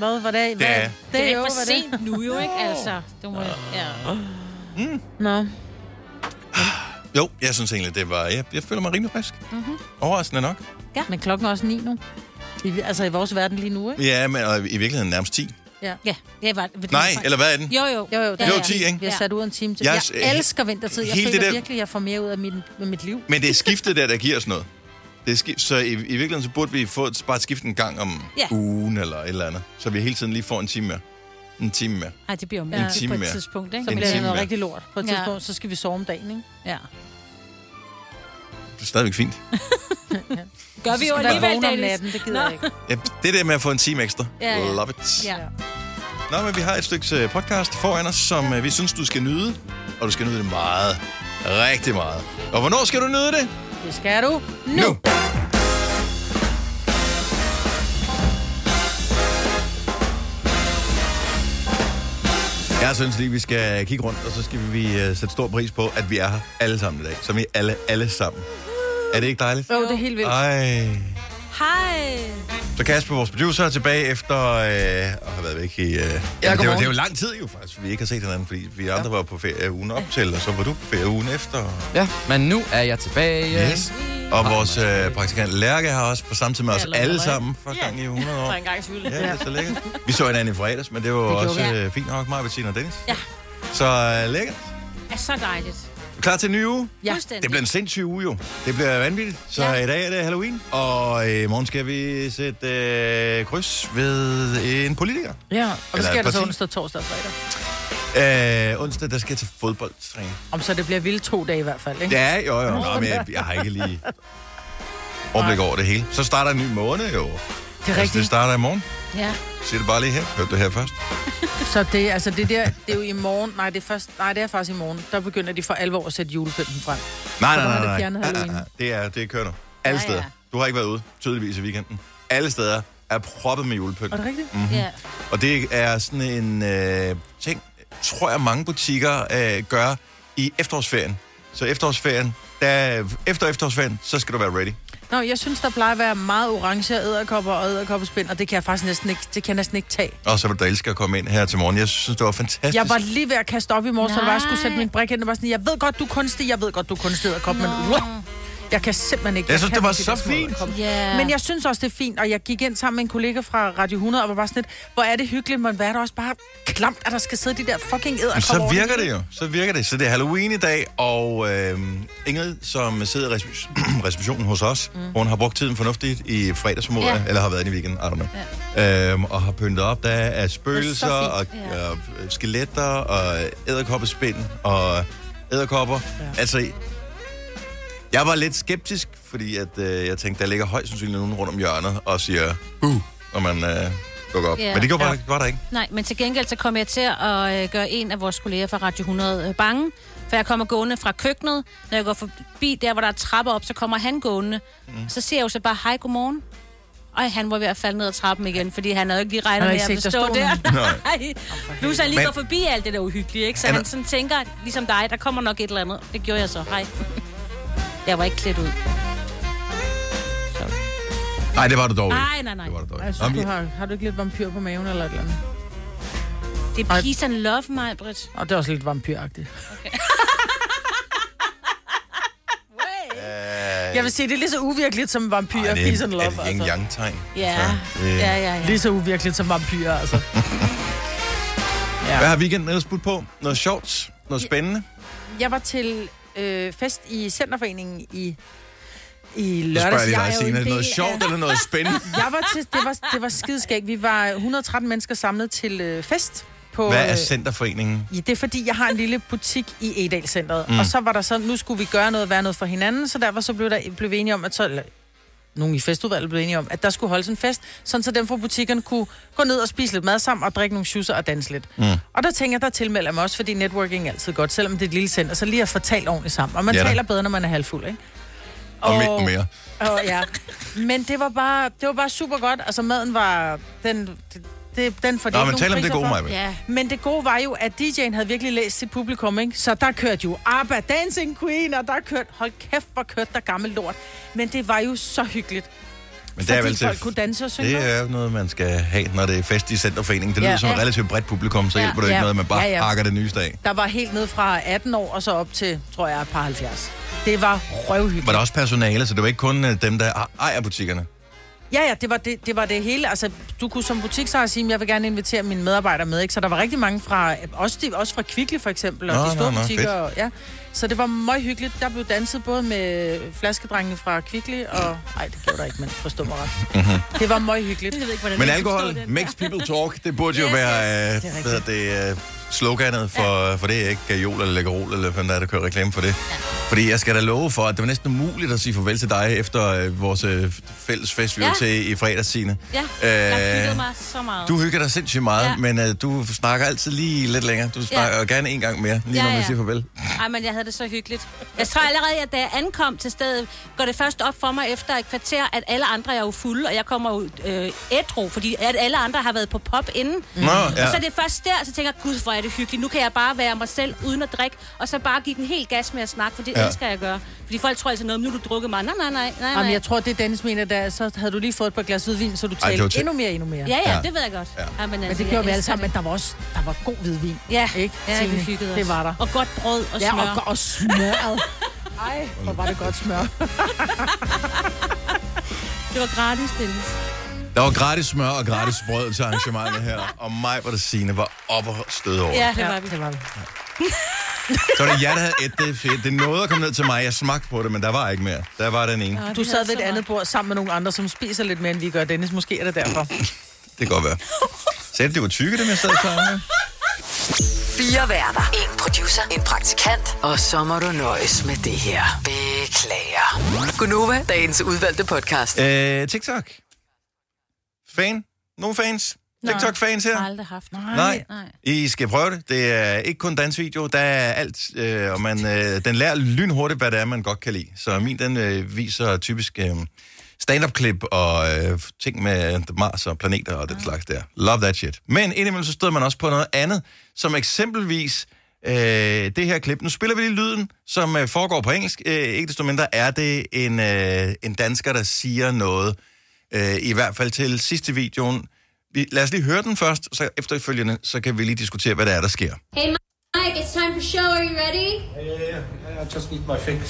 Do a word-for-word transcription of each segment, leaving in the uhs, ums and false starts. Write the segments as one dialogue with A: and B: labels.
A: Hvad var det?
B: Det er,
C: Det er ikke
A: jo,
C: for
A: hvad
C: sent nu jo, ikke? Altså, du må... Ja.
B: Mm.
A: Nå.
B: Jo, jeg synes egentlig, det var... Jeg, jeg føler mig rimelig frisk.
C: Mm-hmm.
B: Overraskende nok.
A: Ja. Men klokken er også ni nu. I, altså i vores verden lige nu, ikke?
B: Ja, men og i virkeligheden nærmest ti.
A: Ja.
C: Ja, det var...
B: Nej, eller hvad er den?
C: Jo, jo.
A: Jo, jo.
B: Jo, ti, ikke?
A: Vi har sat ud en time til.
B: Jeg,
A: Jeg elsker vintertid. Jeg
B: hele
A: føler
B: det der-
A: virkelig, at jeg får mere ud af mit, med mit liv.
B: Men det er skiftet der, der giver os noget. Det er skift, så i, i virkeligheden så burde vi få et, bare et skift en gang om
C: Ja.
B: ugen eller et eller andet. Så vi hele tiden lige får en time mere. En time mere.
C: Ej, det bliver jo
B: En
C: mærkeligt
B: time
C: på et
B: mere.
C: tidspunkt, ikke?
A: Så
B: En
A: bliver det
B: time
A: noget
B: mere.
A: rigtig lort. På et
C: Ja.
A: tidspunkt, så skal vi sove om dagen, ikke?
C: Ja.
B: Det er stadigvæk fint.
C: Gør vi jo
A: Skal være
C: alligevel,
A: vågen om
C: Dennis.
A: natten, det gider
C: Nå.
A: jeg ikke.
B: Ja, det der med at få en time ekstra.
C: Ja, ja.
B: Love it.
C: Ja.
B: Nå, men vi har et stykke podcast foran os, som øh, vi synes, du skal nyde. Og du skal nyde det meget. Rigtig meget. Og hvornår skal du nyde det?
A: Det skal du nu.
B: Nu. Jeg synes lige, vi skal kigge rundt, og så skal vi uh, sætte stor pris på, at vi er her alle sammen i dag. Som vi alle, alle sammen. Er det ikke dejligt?
A: Jo, det er helt vildt.
B: Ej.
C: Hej.
B: Så Kasper, vores producer, er tilbage efter øh, at have været væk i... Øh, ja, det, var, det er jo lang tid jo faktisk, vi ikke har set hinanden, fordi vi andre ja. var på ferie ugen op til, og så var du på ferie ugen efter.
D: Ja, men nu er jeg tilbage.
B: Yes. Og vores øh, praktikant Lærke har også på samme tid med os
C: Eller
B: alle
C: hvad?
B: sammen, første gang i hundrede år.
C: For en gang skyld.
B: Ja, det er så lækkert. Vi så hinanden i fredags, men det var
A: Det
B: også
A: gjorde vi.
B: øh, fint nok, mig, Bettina og Dennis.
C: Ja.
B: Så øh, lækkert.
C: Er så dejligt.
B: Klar til en ny uge?
A: Ja.
C: Fuldstændig.
B: Det bliver en sindssyg uge jo. Det bliver vanvittigt. Så
C: Ja.
B: i dag er det Halloween. Og i morgen skal vi sætte øh, kryds ved en politiker.
A: Ja, og
B: Eller
A: det sker
B: et
A: der så
B: parti.
A: onsdag, torsdag og fredag.
B: Øh, onsdag, der skal jeg til fodboldtræning.
A: Om så det bliver vildt to dage i hvert fald, ikke?
B: Ja, jo, jo. Nå, men jeg, jeg har ikke lige overblik over det hele. Så starter en ny måned jo.
A: Det er
B: Altså, det
A: rigtigt.
B: starter i morgen.
C: Ja.
B: Sig det bare lige her. Hørte det her først.
A: Så det, altså det der, det er jo i morgen. Nej, det er først, nej, det er faktisk i morgen. Der begynder de for alvor at sætte julepynten frem.
B: Nej,
A: Så
B: nej,
A: nu har
B: nej,
A: det
B: nej.
A: fjernet
B: Ah, ah,
A: Halloween.
B: ah. Det er, det kører nu. Alle
C: Ja, ja.
B: steder. Du har ikke været ude, tydeligvis i weekenden. Alle steder er proppet med julepynt.
A: Er det rigtigt?
B: Mm-hmm.
C: Ja.
B: Og det er sådan en øh, ting, tror jeg mange butikker øh, gør i efterårsferien. Så efterårsferien, der, efter efterårsferien, så skal du være ready.
A: Nå, jeg synes, der plejer at være meget orange æderkopper og æderkoppespind, og det kan jeg faktisk næsten ikke, det kan jeg næsten ikke tage.
B: Og så vil du elske at komme ind her til morgen. Jeg synes, det var fantastisk.
A: Jeg var lige ved at kaste op i morges, så det var, jeg skulle
C: Nej.
A: sætte min brik ind, og var sådan, jeg ved godt, du er kunstig, jeg ved godt, du er kunstig æderkop, men uh, jeg kan simpelthen ikke.
B: Jeg synes,
A: kan
B: det var
A: ikke
B: så
A: de der små
B: fint.
A: edderkopper.
C: Ja.
A: Men jeg synes også, det er fint, og jeg gik ind sammen med en kollega fra Radio hundrede, og var bare sådan lidt, hvor er det hyggeligt, men hvad er det også bare klamt, at der skal sidde de der fucking æderkopper.
B: Men så
A: over
B: virker
A: hele.
B: det jo. Så virker det. Så det er Halloween i dag, og øh, Ingrid, som sidder i reception- receptionen hos os, mm. hun har brugt tiden fornuftigt i fredags formodet,
C: Ja.
B: ja. eller har været i weekenden, I don't know. Ja. Øhm, og har pyntet op, der er spøgelser
A: Det er
B: og
A: så
C: Ja.
B: øh, skeletter og æderkoppespind og æderkopper. Ja. Altså, jeg var lidt skeptisk, fordi at, øh, jeg tænkte, der ligger højst sandsynligt nogen rundt om hjørnet og siger, uh, når man øh, dukker op.
C: Ja.
B: Men det går bare
A: Ja.
B: ja. var der ikke.
C: Nej, men til gengæld så kom jeg til at øh, gøre en af vores kolleger fra Radio hundrede øh, bange. For jeg kommer gående fra køkkenet. Når jeg går forbi der, hvor der er trapper op, så kommer han gående. Mm. Så ser jeg jo så bare, hej, godmorgen. Og han var ved at falde ned ad trappen igen, fordi han havde ikke lige regnet
A: Han
C: med,
A: havde
C: at
A: ikke
C: jeg
A: set,
C: ville
A: der
C: stå
A: stod
C: der.
B: Nej.
C: Nej. Plus han lige
B: Men-
C: går forbi alt det der uhyggelige, ikke? Så
B: Han-
C: han sådan tænker, ligesom dig, der kommer nok et eller andet. Det gjorde jeg så. Hej. Jeg var ikke klædt ud. Så.
B: Nej, det var du dog ikke.
C: Nej, nej, nej.
B: Det var du dog
A: Jeg
B: ikke.
A: synes,
B: Nå,
A: du
B: vi-
A: har, har du ikke lidt vampyr på maven eller et eller andet?
C: Det er peace and love, mig, Britt.
A: Og det er også lidt vampyragtigt.
B: Øh,
A: Jeg vil sige, det er lige så uvirkeligt som vampyr,
B: ej, det er-
A: peace and love.
B: er det yin
A: Altså.
B: yang tegn.
C: Ja,
B: Så, øh,
C: ja, ja, ja.
A: Lige så uvirkeligt som vampyrer, altså.
B: Hvad har weekenden ellers budt på? Noget sjovt? Noget spændende?
A: Jeg var til øh, fest i Centerforeningen i, i
B: Så
A: lørdags.
B: spørger jeg lige
A: Jeg
B: dig
A: er jo en
B: senere. Noget
A: del
B: sjovt
A: af-
B: eller noget spændende?
A: Jeg var til, det var, det var skideskægt. Vi var et hundrede og tretten mennesker samlet til øh, fest. På,
B: Hvad er
A: øh,
B: Centerforeningen?
A: Ja, det er fordi, jeg har en lille butik i Egedalcenteret.
B: Mm.
A: Mm. Og så var der så, nu skulle vi gøre noget, være noget for hinanden, så derfor så blev, der, blev vi enige om, at så, eller, nogen i festudvalget blev enige om, at der skulle holdes en fest, sådan så dem fra butikkerne kunne gå ned og spise lidt mad sammen, og drikke nogle schusser og danse lidt.
B: Mm.
A: Og der tænker jeg, der tilmelder jeg mig også, fordi networking er altid godt, selvom det er et lille center, så lige at få talt ordentligt sammen. Og man
B: Ja
A: ja,
B: da.
A: taler bedre, når man er halvfuld, ikke?
B: Og, me- og mere.
A: Og, ja. Men det var bare, det var bare super godt. Altså maden var, den, det, det, den fordelte
B: Nå, men
A: nogle
B: tal om det
A: priser
B: gode,
A: for.
B: Maja.
C: Ja.
A: Men det gode var jo, at D J'en havde virkelig læst sit publikum, ikke? Så der kørte jo ABBA, Dancing Queen, og der kørte, hold kæft, hvor kørte der gammel lort. Men det var jo så hyggeligt.
B: Men det
A: fordi
B: er vel
A: folk
B: til,
A: kunne danse og synge.
B: det er jo noget, man skal have, når det er fest i Centerforeningen. Det lyder
A: Ja.
B: som et
C: Ja.
B: relativt bredt publikum, så
C: Ja.
B: hjælper det ikke
A: Ja.
B: noget, at man bare
A: Ja, ja.
B: hakker det nyeste af.
A: Der var helt ned fra atten år og så op til, tror jeg, et par halvfjerds. Det var røvhyggeligt.
B: Var der også personale, så det var ikke kun øh, dem, der ejer butikkerne?
A: Ja, ja, det var det, det var det hele. Altså, du kunne som butiksejer sige, at jeg vil gerne invitere mine medarbejdere med, ikke? Så der var rigtig mange fra, også, de, også fra Kvickly for eksempel, og
B: Nå,
A: de store
B: nå, nå,
A: butikker.
B: fedt.
A: Og, ja. Så det var meget hyggeligt. Der blev danset både med flaskedrengene fra Kvickly, og... Nej, det gjorde der ikke, men forstå mig ret.
B: Mm-hmm.
A: Det var meget hyggeligt.
C: Jeg ved ikke, hvordan
B: Men
C: jeg kan
B: alkohol,
C: forstå den
B: makes
C: der.
B: people talk, det burde jo
C: Yes,
B: være
C: yes.
B: øh,
A: Det er
B: hvad hedder det, øh, sloganet for, ja. for det, ikke? Gajol eller Lækkerol, eller hvem der er, der kører reklame for det. Ja. Fordi jeg skal da love for, at det var næsten umuligt at sige farvel til dig, efter øh, vores øh, fælles fest, vi
C: Ja.
B: var til i fredags, Signe.
C: Ja,
B: Øh,
C: jeg hyggede mig så meget.
B: Du hygger dig sindssygt meget, ja.
C: Ja.
B: men øh, du snakker altid lige lidt længere. Du snakker ja. gerne en gang mere, lige
C: Ja,
B: når man
C: ja.
B: siger farvel.
C: Ej, men jeg havde det så hyggeligt. Jeg tror allerede, at da jeg ankom til stedet, går det først op for mig efter et kvarter, at alle andre er jo fulde, og jeg kommer jo øh, ædru, fordi at alle andre har været på pop inden.
B: Nå, ja.
C: Og så er det først der, så tænker jeg, gud, hvor er det hyggeligt. Nu kan jeg bare være mig selv uden at drikke, og så bare give den helt gas med at snakke, for det
B: Ja.
C: ja. elsker jeg at gøre. Fordi folk tror altså noget, nu har du drukket mig. Nej, nej, nej, nej.
A: Jamen,
C: nej.
A: jeg tror, det Dennis mener, der, så havde du lige fået et par glas hvidvin, så du
B: Ej, det var
A: talte
B: til-
A: endnu mere, endnu mere.
C: Ja, ja,
B: Ja.
C: det ved jeg godt.
B: Ja.
C: Ja, men,
A: Men
C: altså,
A: det gjorde vi
C: jeg
A: alle
C: elsker
A: sammen, men der var også der var god hvidvin.
C: Ja,
A: Ikke,
C: ja,
A: Signe?
C: vi hyggede os.
A: Det var der.
C: Og godt brød og
A: Ja,
C: smør.
A: og, og smøret. Ej, hvor var det godt smør.
C: Det var gratis, Dennis.
B: Der var gratis smør og gratis brød til arrangementet her, og mig var det Signe var op og støde over.
C: Ja, det var vi.
A: det var vi.
B: Så var det jer, der havde et, det er fedt. Det nåede at komme ned til mig, jeg smagte på det, men der var ikke mere. Der var den ene.
C: Ja,
A: Du
C: vi
A: sad
C: havde
A: ved et
C: så
A: andet
C: meget.
A: bord sammen med nogle andre, som spiser lidt mere, end vi gør. Dennis, måske er det derfor.
B: Det kan godt være. Sagde du, det var tykke, dem jeg sad sammen med?
E: Fire værter. En producer. En praktikant. Og så må du nøjes med det her. Beklager. Gunova, dagens udvalgte podcast.
B: Øh, TikTok. Fan? Nogle fans? TikTok-fans her?
C: Jeg har aldrig haft. Nej.
B: Nej.
C: Nej.
B: I skal prøve det. Det er ikke kun dansvideo, der er alt, øh, og man, øh, den lærer lynhurtigt, hvad det er, man godt kan lide. Så min, den øh, viser typisk øh, stand-up-klip og øh, ting med Mars og planeter og den ja. slags der. Love that shit. Men indimellem så støder man også på noget andet, som eksempelvis øh, det her klip. Nu spiller vi lige lyden, som øh, foregår på engelsk. Øh, ikke desto mindre er det en, øh, en dansker, der siger noget, øh, i hvert fald til sidste videoen. Vi, lad os lige høre den først, så efterfølgende, så kan vi lige diskutere, hvad der er, der sker.
F: Hey Mike, it's time for show. Are you ready?
G: Yeah, yeah, yeah. I just need my fix.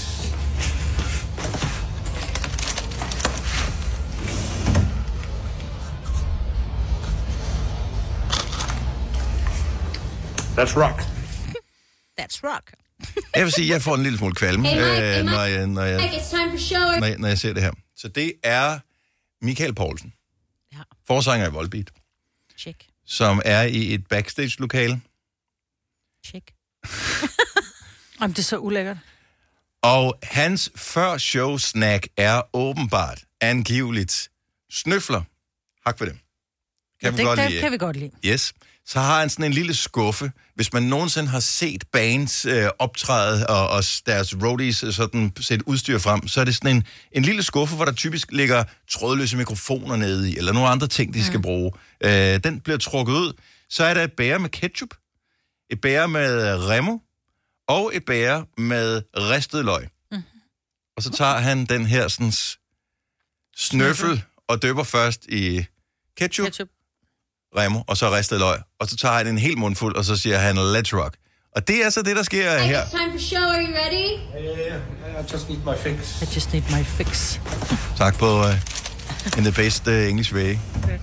G: That's rock.
C: That's rock.
B: Jeg vil sige, at jeg får en lille smule kvalme,
F: Hey, Mike, hey,
B: øh,
F: Mike.
B: når, jeg, når,
F: Mike,
B: jeg,
F: it's time for show. Are
B: når, jeg, når jeg ser det her. Så det er Michael Poulsen,
C: Ja.
B: forsanger i Volbeat,
C: Check.
B: som er i et backstage-lokale.
C: Check.
A: Jamen, det er så ulækkert.
B: Og hans før-show-snack er åbenbart angiveligt snøfler. Hak ved dem. Kan
A: Ja,
B: vi
A: det,
B: godt
A: det
B: lide.
A: kan vi godt lide.
B: Yes. Så har han sådan en lille skuffe. Hvis man nogensinde har set bands øh, optræde og, og deres roadies øh, sådan sætte udstyr frem, så er det sådan en, en lille skuffe, hvor der typisk ligger trådløse mikrofoner nede i, eller nogle andre ting, de mm. skal bruge. Øh, den bliver trukket ud. Så er der et bæger med ketchup, et bæger med Remo, og et bæger med ristet løg. Mm. Og så tager han den her sådan snøffel og døber først i ketchup,
A: Ketchup.
B: Remo, og så ristet løg. Og så tager han en hel mundfuld, og så siger han, let's rock. Og det er så det, der sker
F: Mike,
B: her.
F: it's time for show. Are you ready?
G: Yeah, yeah, yeah. I just need my fix.
A: I just need my fix.
B: Tak på uh, in the best uh, English way.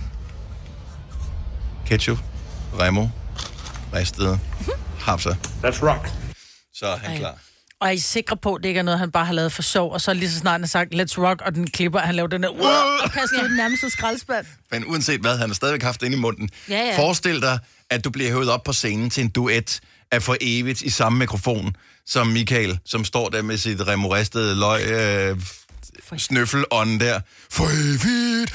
B: Ketchup, Remo, ristet, hapser.
G: That's rock.
B: Så er han
A: Ej.
B: klar.
A: Og er I sikre på, at det ikke er noget, han bare har lavet for sjov, og så lige så snart han har sagt, let's rock, og den klipper, han laver den der, uh, og kaster ud den nærmeste skraldespand.
B: Men uanset hvad, han har stadigvæk haft det inde i munden.
C: Ja, ja.
B: Forestil dig, at du bliver hævet op på scenen til en duet af for evigt i samme mikrofon, som Michael, som står der med sit remoristede løg, øh, snøffelånden der. For evigt!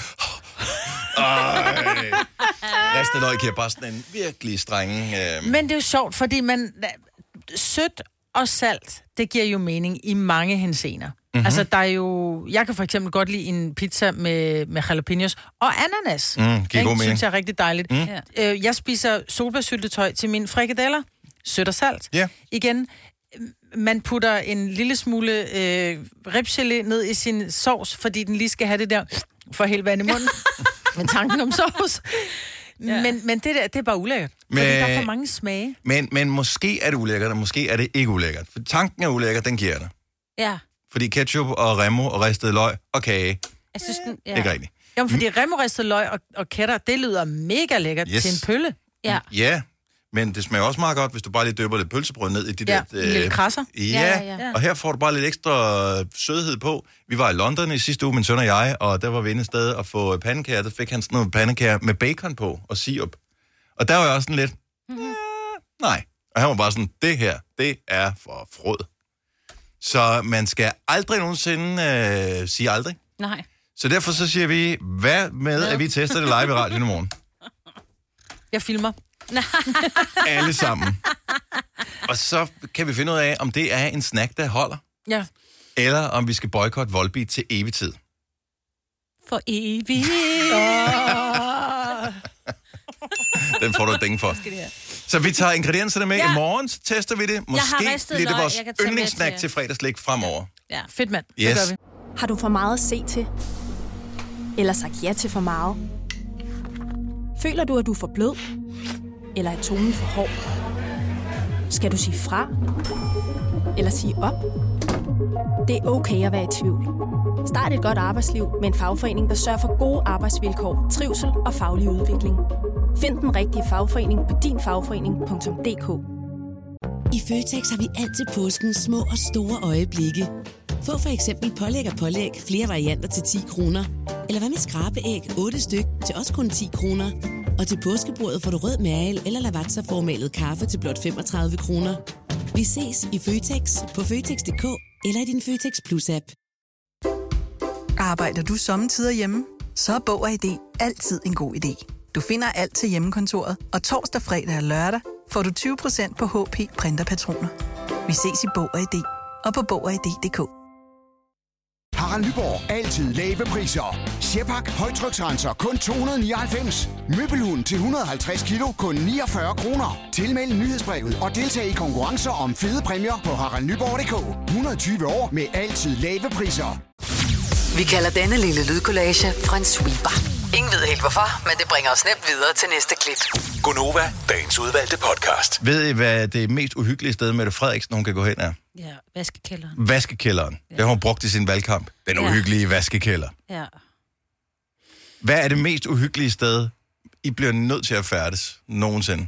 B: Ej. Ristet løg giver bare sådan en virkelig strenge... Øh,
A: Men det er jo sjovt, fordi man, sødt og salt, det giver jo mening i mange henseender. Mm-hmm. Altså, der er jo... Jeg kan for eksempel godt lide en pizza med, med jalapenos og ananas.
B: Mm, giver
A: Ikke?
B: god mening.
A: Synes jeg er rigtig dejligt.
B: Mm.
A: Øh, jeg spiser solbærsyltetøj til mine frikadeller. Sødt og salt.
B: Ja.
A: Igen, man putter en lille smule øh, ribgelé ned i sin sovs, fordi den lige skal have det der for helt vand i munden. Men tanken om sovs. Ja. Men, men det der, det er bare ulækkert. Men, fordi der er for mange smage.
B: Men, men måske er det ulækkert, og måske er det ikke ulækkert. For tanken er ulækker, den giver det.
C: Ja.
B: Fordi ketchup og remo og ristet løg og kage,
C: Jeg synes, den, ja.
B: ikke rigtigt.
A: Jamen, fordi remoristet løg og, og kætter, det lyder mega lækkert
B: Yes.
A: til en pølle.
C: Ja.
B: Ja, men det smager også meget godt, hvis du bare lige døber lidt pølsebrød ned i de
A: Ja,
B: der...
A: en lille krasser.
B: Ja,
C: Ja, ja, ja.
B: og her får du bare lidt ekstra sødhed på. Vi var i London i sidste uge, min søn og jeg, og der var vi inde et sted at få pandekager. Der fik han sådan noget pandekager med bacon på og sirup. Og der var jeg også sådan lidt... Mm-hmm. Nej. Og han var bare sådan, det her, det er for frød. Så man skal aldrig nogensinde øh, sige aldrig.
C: Nej.
B: Så derfor så siger vi, hvad med, at vi tester det live i radioen i morgen?
A: Jeg filmer.
B: Alle sammen. Og så kan vi finde ud af, om det er en snack, der holder,
A: Ja.
B: eller om vi skal boykotte Volbeat til evig tid.
C: For evigt.
B: Den får du et ding for. Så vi tager ingredienserne med
C: Ja.
B: i morgen, så tester vi det. Måske
C: ristet
B: bliver det
C: løg,
B: vores
C: jeg kan tage med
B: yndlingssnack
C: til-
B: til fredagslæg fremover.
C: Ja.
A: Fedt, mand.
B: Yes.
A: Det gør vi.
H: Har du for meget at se til? Eller sagt ja til for meget? Føler du, at du er for blød? Eller er tonen for hård? Skal du sige fra? Eller sige op? Det er okay at være i tvivl. Start et godt arbejdsliv med en fagforening, der sørger for gode arbejdsvilkår, trivsel og faglig udvikling. Find den rigtige fagforening på din fagforening punktum d k.
I: I Føtex har vi altid påskens små og store øjeblikke. Få for eksempel pålæg og pålæg flere varianter til ti kroner. Eller hvad med skrabeæg otte styk til også kun ti kroner. Og til påskebordet får du rød mal eller lavatserformalet kaffe til blot femogtredive kroner. Vi ses i Føtex på Føtex punktum d k eller i din Føtex Plus-app.
J: Arbejder du sommetider hjemme? Så er Bog og I D altid en god idé. Du finder alt til hjemmekontoret, og torsdag, fredag og lørdag får du tyve procent på H P printerpatroner. Vi ses i Bog og I D og på Bog og I D punktum d k.
K: Harald Nyborg. Altid lave priser. Sjehpak højtryksrenser kun to hundrede og nioghalvfems. Møbelhund til et hundrede og halvtreds kilo kun niogfyrre kroner. Tilmeld nyhedsbrevet og deltag i konkurrencer om fede præmier på harald nyborg punktum d k. hundrede og tyve år med altid lave priser.
E: Vi kalder denne lille lydkollage en sweeper. Ingen ved helt hvorfor, men det bringer os nemt videre til næste klip.
B: Gonova, dagens udvalgte podcast. Ved I, hvad det mest uhyggelige sted, Mette Frederiksen, hun kan gå hen er?
C: Ja, vaskekælderen.
B: Vaskekælderen. Ja. Det har hun brugt i sin valgkamp. Den
C: Ja.
B: uhyggelige vaskekælder.
C: Ja.
B: Hvad er det mest uhyggelige sted, I bliver nødt til at færdes nogensinde?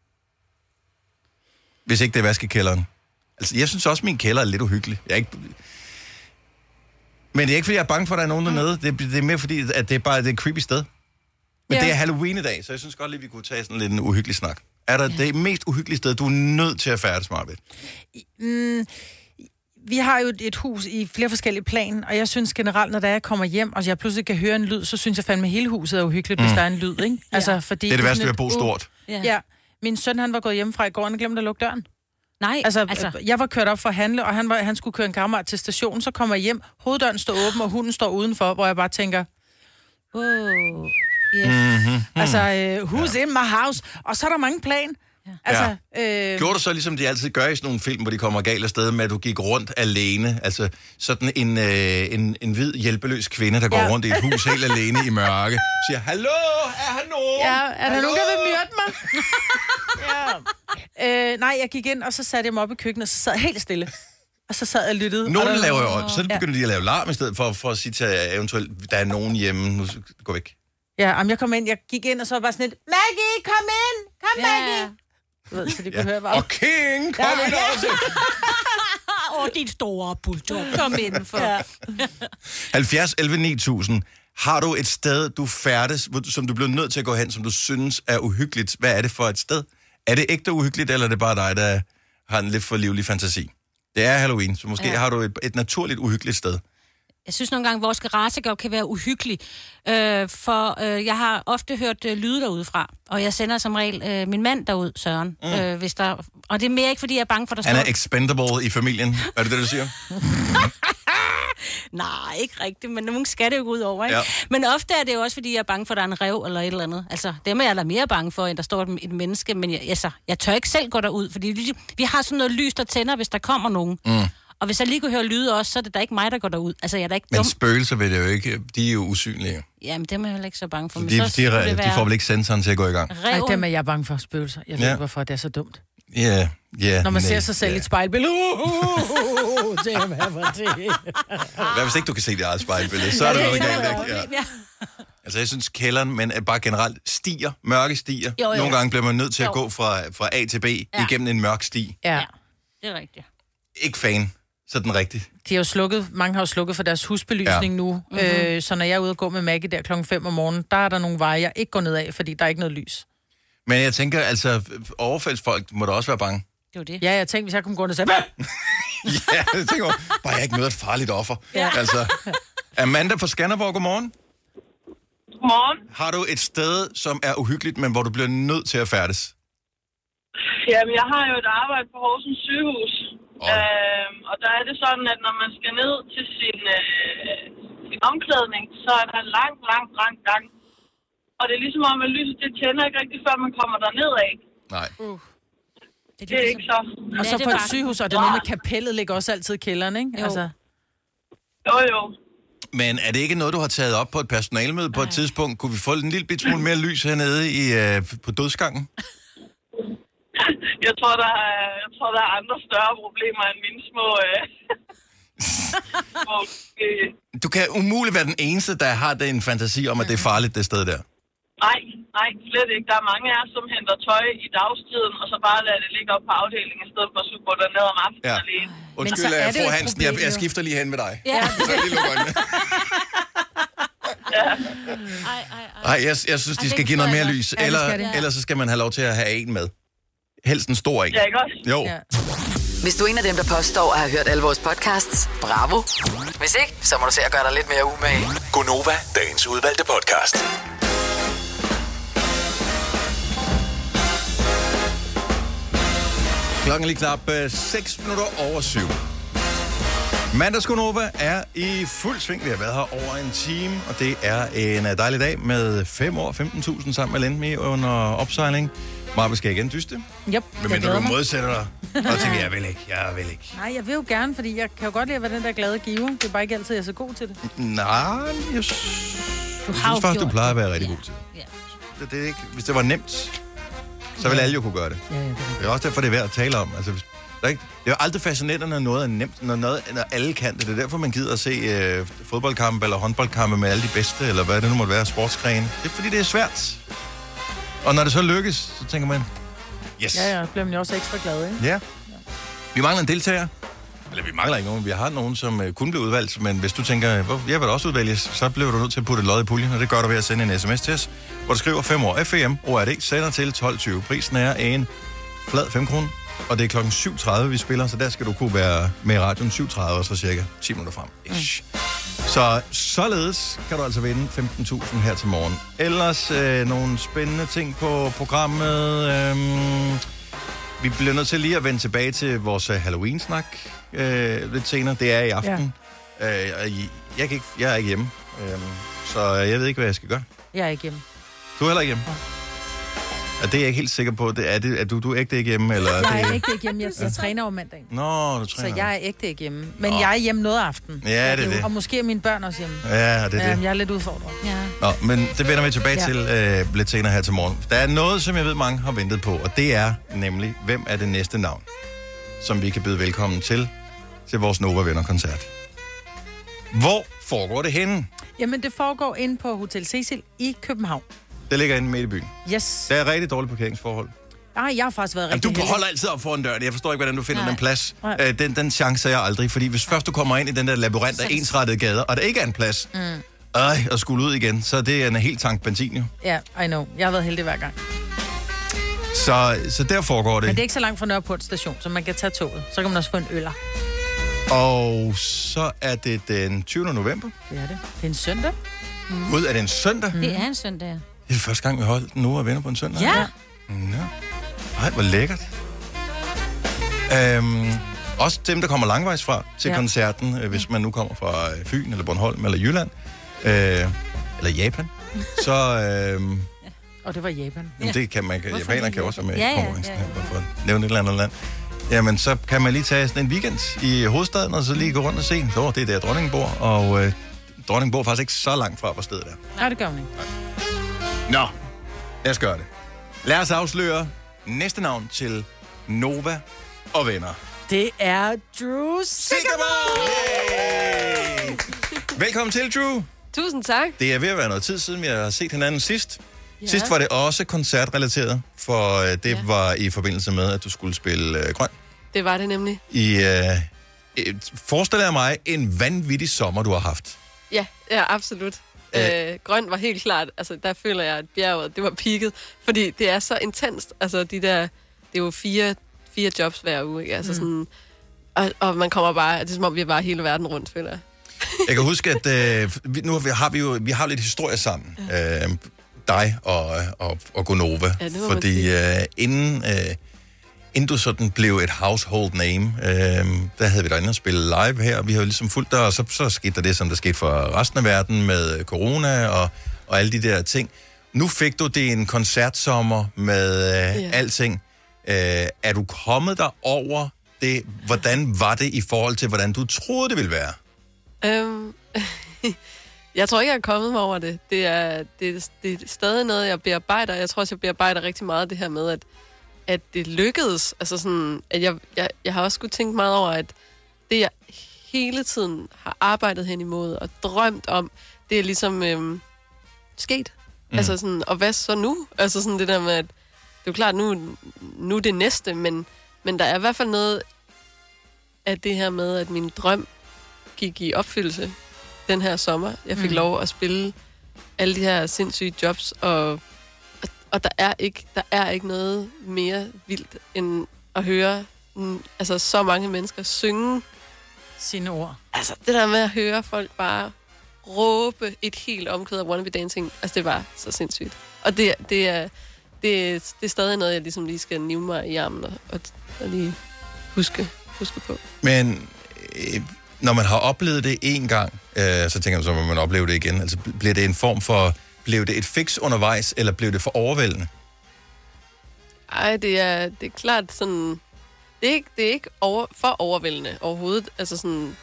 B: Hvis ikke det er vaskekælderen. Altså, jeg synes også, at min kælder er lidt uhyggelig. Jeg er ikke... Men det er ikke, fordi jeg er bange for, at der er nogen dernede. Det, det er mere fordi, at det er bare det er et creepy sted. Men
A: Ja.
B: det er Halloween i dag, så jeg synes godt lige, vi kunne tage sådan lidt en uhyggelig snak. Er der det mest uhyggelige sted, du er nødt til at færdes, Marvitt?
A: Mm, vi har jo et, et hus i flere forskellige plan, og jeg synes generelt, når der jeg kommer hjem, og jeg pludselig kan høre en lyd, så synes jeg fandme, at hele huset er uhyggeligt, mm. hvis der er en lyd, ikke? Altså, fordi
B: Det er det værste
A: sådan
B: ved at bo
A: et-
B: stort.
A: Ja. ja. Min søn, han var gået hjemmefra i går, og han glemte at lukke døren.
C: Nej,
A: Altså,
C: altså.
A: altså, jeg var kørt op for at handle, og han, var, han skulle køre en kammerat til stationen, så kommer jeg hjem, hoveddøren står åben, og hunden står udenfor, hvor jeg bare tænker,
C: Wow. Yes.
B: Mm-hmm.
A: altså, uh, who's in my house? Og så er der mange plan. Ja. Altså, øh,
B: Gjorde du så, ligesom de altid gør i sådan nogle film, hvor de kommer galt afsted med, at du gik rundt alene? Altså sådan en, øh, en, en hvid, hjælpeløs kvinde, der går
A: Ja.
B: rundt i et hus helt alene i mørke, siger, hallo, er her nogen?
A: Ja, er der
B: Hallo?
A: nogen, der vil myrde mig? ja. øh, nej, jeg gik ind, og så satte jeg mig op i køkkenet, og så sad jeg helt stille. Og så sad jeg og lyttede.
B: Nogle
A: og der...
B: laver jo, så begynder de at lave larm i stedet for, for at sige til at eventuelt, der er nogen hjemme, nu gå væk.
A: Ja, jamen, jeg kom ind, jeg gik ind, og så var bare sådan lidt, Maggie, kom ind! Kom,
C: Ja.
A: Maggie! Du ved, så de kunne
B: Ja.
A: høre bare.
B: Og King, kom
A: Ja.
B: ind også!
C: Åh, dit store bulldog. Kom indenfor.
A: Ja.
B: halvfjerds elleve ni tusind. Har du et sted, du færdes, hvor- som du bliver nødt til at gå hen, som du synes er uhyggeligt? Hvad er det for et sted? Er det ægte uhyggeligt, eller er det bare dig, der har en lidt for livlig fantasi? Det er Halloween, så måske ja.
C: Ja.
B: har du et, et naturligt uhyggeligt sted.
C: Jeg synes nogle gange, at vores garagegård kan være uhyggelig, øh, for øh, jeg har ofte hørt øh, lyde derudefra, og jeg sender som regel øh, min mand derud, Søren, mm. øh, hvis der... Og det er mere ikke, fordi jeg er bange for, der
B: Han er
C: står...
B: expendable i familien. Er det det, du siger?
C: Nej, ikke rigtigt, men nogen skal det jo gå ud over, ikke?
B: Ja.
C: Men ofte er det jo også, fordi jeg er bange for, at der er en rev eller et eller andet. Altså, dem er jeg da mere bange for, end der står et, et menneske, men jeg, altså, jeg tør ikke selv gå derud, fordi vi har sådan noget lys, der tænder, hvis der kommer nogen.
B: Mm.
C: Og hvis jeg lige kunne høre lyde også, så er det da ikke mig, der går derud. Altså, jeg er da ikke
B: Men
C: dum.
B: spøgelser vil det jo ikke. De er jo usynlige.
C: Jamen, dem er jeg heller ikke så bange for.
B: De,
C: Men
B: de,
C: så
B: de,
C: skulle det
B: de
C: være
B: får vel ikke sensoren til at gå i gang?
A: Nej, dem er jeg bange for, spøgelser. Jeg ved
B: Ja.
A: ikke, hvorfor det er så dumt.
B: Ja, ja.
A: Når man
B: nej,
A: ser sig selv
B: ja.
A: i et spejlbillede. Uh, det er hvad for det.
B: Hvad hvis ikke du kan se dit eget spejlbillede? Så er det noget galt, ikke? Ja. Altså, jeg synes, kælderen, men bare generelt stiger, mørke stiger.
C: Jo, jo.
B: Nogle gange bliver man nødt til at
C: Jo.
B: gå fra, fra A til B
C: Ja.
B: igennem en mørk sti.
A: Ja.
C: Ja, det er rigtigt.
B: Ikke fan, sådan rigtigt.
A: De har jo slukket, mange har jo slukket for deres husbelysning
B: Ja.
A: nu.
C: Mhm.
A: Øh, så når jeg er ude og gå med Maggie der klokken fem om morgenen, der er der nogle veje, jeg ikke går ned af, fordi der er ikke noget lys.
B: Men jeg tænker, altså, overfaldsfolk må da også være bange.
C: Det var det.
A: Ja, jeg tænkte, hvis jeg kunne gå ned og sige, hvad?
B: Ja, jeg tænker, bare jeg ikke møder et farligt offer.
A: Ja.
B: Altså, Amanda fra Skanderborg, godmorgen.
L: Godmorgen.
B: Har du et sted, som er uhyggeligt, men hvor du bliver nødt til at færdes?
L: Jamen, jeg har jo et arbejde på Horsens sygehus. Øhm, og der er det sådan, at når man skal ned til sin, øh, sin omklædning, så er der en lang, lang, lang gang. Og det er ligesom om, at lyset det tænder ikke rigtig, før man kommer derned af.
B: Nej.
A: Uh.
L: Det, det er ikke så.
A: Og så på et sygehus, og det er noget med kapellet ligger også altid i kælderen, ikke?
L: Jo.
A: Altså.
L: Jo, jo.
B: Men er det ikke noget, du har taget op på et personalemøde på et tidspunkt? Kunne vi få en lille bit smule mere lys hernede i, øh, på dødsgangen?
L: Jeg tror, der er, jeg tror, der er andre større problemer end mine små... Øh, små øh.
B: Du kan umuligt være den eneste, der har den fantasi om, at det er farligt, det sted der.
L: Nej, nej, slet ikke. Der er mange af os, som henter tøj i dagstiden, og så bare lader det ligge op på afdelingen, i stedet for at skulle gå derned om aftenen
B: Ja.
L: alene.
B: Undskyld,
A: så er det
B: fru
A: jo et
B: Hansen, jeg,
A: problem,
B: jeg
A: jo.
B: skifter lige hen med dig.
C: Ja.
B: Så lige lukke øjnene.
L: Ja.
C: Ej, ej, ej.
B: Nej, jeg, jeg synes,
C: Ej,
B: de
C: det
B: skal give noget mere
C: forstår jeg
B: lys.
A: godt. Ja, det
B: Eller,
A: skal de.
B: ellers så skal man have lov til at have en med. Helst en stor en.
L: Ja, ikke også?
B: Jo.
A: Ja.
E: Hvis du er en af dem, der påstår at have hørt alle vores podcasts, bravo. Hvis ikke, så må du se at gøre dig lidt mere umage.
M: Gonova, dagens udvalgte podcast.
B: Klokken er lige knap øh, seks minutter over syv. Mandags Gonova er i fuld sving. Vi har været her over en time, og det er en øh, dejlig dag med fem år, femten tusind sammen med Lendme under opsejling. Marbe skal igen dyste.
A: Yep,
B: Men
A: jeg
B: mindre
A: glæder
B: du
A: mig.
B: modsætter dig, og tænker, jeg vil ikke, jeg vil ikke.
A: Nej, jeg vil jo gerne, fordi jeg kan jo godt lide at være den der glade giver. Det er bare ikke altid, jeg er så god til det.
B: Nej, jeg,
C: Du
B: jeg
C: har
B: synes
C: jo
B: faktisk, du
C: gjort
B: plejer at være
C: det.
B: rigtig
C: Ja.
B: god til det.
C: Ja.
B: det, det er ikke, hvis det var nemt, så ville alle jo kunne gøre det.
A: Ja, ja, det er
B: Det er også derfor, det er værd at tale om. Altså, hvis, der er ikke, det er jo aldrig fascinerende, når noget er nemt, når, noget, når alle kan det. Det er derfor, man gider at se øh, fodboldkampe eller håndboldkampe med alle de bedste, eller hvad det nu måtte være, sportsgrene. Det er fordi, det er svært. Og når det så lykkes, så tænker man, yes.
A: Ja, ja, bliver man jo også ekstra glad, ikke?
B: Ja. Vi mangler en deltager. Eller vi mangler ikke nogen. Vi har nogen, som uh, kunne blive udvalgt. Men hvis du tænker, hvor jeg vil også udvælges, så bliver du nødt til at putte et lod i puljen. Og det gør du ved at sende en sms til os, hvor du skriver fem år F M O R D, sender til tolv tyve. Prisen er en flad fem kroner. Og det er klokken syv tredive, vi spiller, så der skal du kunne være med i radioen syv tredive, og så cirka ti minutter frem. Ish. Mm. Så således kan du altså vinde femten tusind her til morgen. Ellers øh, nogle spændende ting på programmet. Øhm, vi bliver nødt til lige at vende tilbage til vores øh, Halloween-snak øh, lidt senere. Det er i aften. Ja. Øh, og I- jeg, kan ikke, jeg er ikke hjemme, øh, så jeg ved ikke, hvad jeg skal gøre.
A: Jeg er ikke hjemme.
B: Du er heller ikke hjemme? Ja. Og det er jeg ikke helt sikker på. Det er, det, er du, du er ægte ikke hjemme? Eller
A: Jeg er
B: det...
A: ikke hjemme. Jeg, jeg træner om mandagen.
B: Nå, du
A: Så
B: træner.
A: jeg er ægte ikke hjemme. Men
B: Nå.
A: jeg er hjemme noget af aften.
B: Ja, det er det.
A: Og måske er mine børn også hjemme.
B: Ja, det er
A: Ja,
B: det.
A: jeg er lidt udfordret.
C: Ja.
B: Nå, men det vender vi tilbage
A: Ja.
B: til øh, lidt senere her til morgen. Der er noget, som jeg ved, mange har ventet på, og det er nemlig, hvem er det næste navn, som vi kan byde velkommen til, til vores Nova Venner-koncert. Hvor foregår det henne?
A: Jamen, det foregår inde på Hotel Cecil i København.
B: Det ligger inde midt i byen.
A: Yes.
B: Der er rigtig dårlige parkeringsforhold.
A: Ah, jeg har faktisk været
B: Jamen,
A: rigtig
B: du
A: heldig.
B: holder altid op foran døren. Jeg forstår ikke, hvordan du finder
A: Nej.
B: den plads.
A: Nej.
B: Øh, den, den chance er jeg aldrig, fordi hvis først du kommer ind i den der labyrint af ensrettede gader, og der ikke er en plads,
A: Mm.
B: øh, og skulle ud igen, så det er en helt tank benzin jo.
A: Ja, I know. Jeg har været heldig hver gang.
B: Så, så der foregår det.
A: Men det er ikke så langt fra Nørreport station, så man kan tage toget. Så kan man også få en øller.
B: Og så er det den tyvende november.
A: Det er det. Det er en søndag.
B: Mm. Ud af det en søndag.
C: Mm. Det er en søndag.
B: Det er første gang, vi holdt den nu og venner på en søndag.
C: Ja.
B: Ja. Ej, hvor lækkert. Øhm, også dem, der kommer langvejs fra til
A: Ja.
B: ja. koncerten, øh, hvis man nu kommer fra øh, Fyn, eller Bornholm, eller Jylland, øh, eller Japan, så øh,
A: Og det var Japan.
B: jamen, det kan man.
A: Hvorfor
B: Japaner
A: lige
B: kan også være med
A: Ja,
B: i
A: ja,
B: konkurrencen
A: ja,
B: her, bare for at nævne et eller andet land. jamen så kan man lige tage sådan en weekend i hovedstaden, og så lige gå rundt og se. Så det er der, dronningen bor, og øh, dronningen bor faktisk ikke så langt fra, hvor stedet er.
A: Nej, det gør hun ikke.
B: Nå, lad os gøre det. Lad os afsløre næste navn til Nova og venner.
A: Det er Drew Sigamore!
B: Yay! Velkommen til, Drew.
N: Tusind tak.
B: Det er ved at være noget tid siden, vi har set hinanden sidst.
N: Ja.
B: Sidst var det også koncertrelateret, for øh, det
N: Ja.
B: var i forbindelse med, at du skulle spille øh, grøn.
N: Det var det nemlig.
B: I, øh, øh, forestiller jeg mig, en vanvittig sommer, du har haft.
N: Ja, ja absolut.
B: Øh.
N: Øh, grøn var helt klart, altså der føler jeg, at bjerget, det var peaket, fordi det er så intenst, altså de der, det er jo fire, fire jobs hver uge, ikke? Altså mm. sådan, og, og man kommer bare, det er som om vi er bare hele verden rundt, føler jeg.
B: Jeg kan huske, at øh, vi- nu har vi jo vi har lidt historie sammen. Øh, dig og, og, og Gonova.
N: Ja, det må man
B: fordi
N: sige.
B: øh, inden, øh, inden du sådan blev et household name, øh, der havde vi dig inde og spille live her. Vi havde jo ligesom fulgt dig, og så, så skete der det, som der skete for resten af verden med corona og, og alle de der ting. Nu fik du det en koncertsommer med øh,
N: Ja.
B: alting. Øh, er du kommet der over det? Hvordan var det i forhold til, hvordan du troede, det ville være?
N: Øhm, jeg tror ikke, jeg er kommet mig over det. Det er, det, er, det er stadig noget, jeg bearbejder. Jeg tror også, jeg bearbejder rigtig meget det her med, at, at det lykkedes. Altså sådan, at jeg, jeg, jeg har også skulle tænke meget over, at det, jeg hele tiden har arbejdet hen imod og drømt om, det er ligesom øhm, sket. Mm. Altså sådan, og hvad så nu? Altså sådan det der med, at det er jo klart, nu, nu er det næste, men, men der er i hvert fald noget af det her med, at min drøm gik i opfyldelse den her sommer. Jeg fik mm. lov at spille alle de her sindssyge jobs, og, og, og der, er ikke, der er ikke noget mere vildt, end at høre mm, altså, så mange mennesker synge
A: sine ord.
N: Altså, det der med at høre folk bare råbe et helt omkvæd af Wanna Be Dancing, altså, det var så sindssygt. Og det, det, er, det, er, det er stadig noget, jeg ligesom lige skal nive mig i armen og, og, og lige huske, huske på.
B: Men øh, når man har oplevet det en gang, øh, så tænker man så, at man oplever det igen. Altså, bliver det en form for... Blev det et fix undervejs, eller blev det for overvældende?
N: Ej, det er, det er klart sådan... Det er ikke, det er ikke over, for overvældende overhovedet. Altså sådan...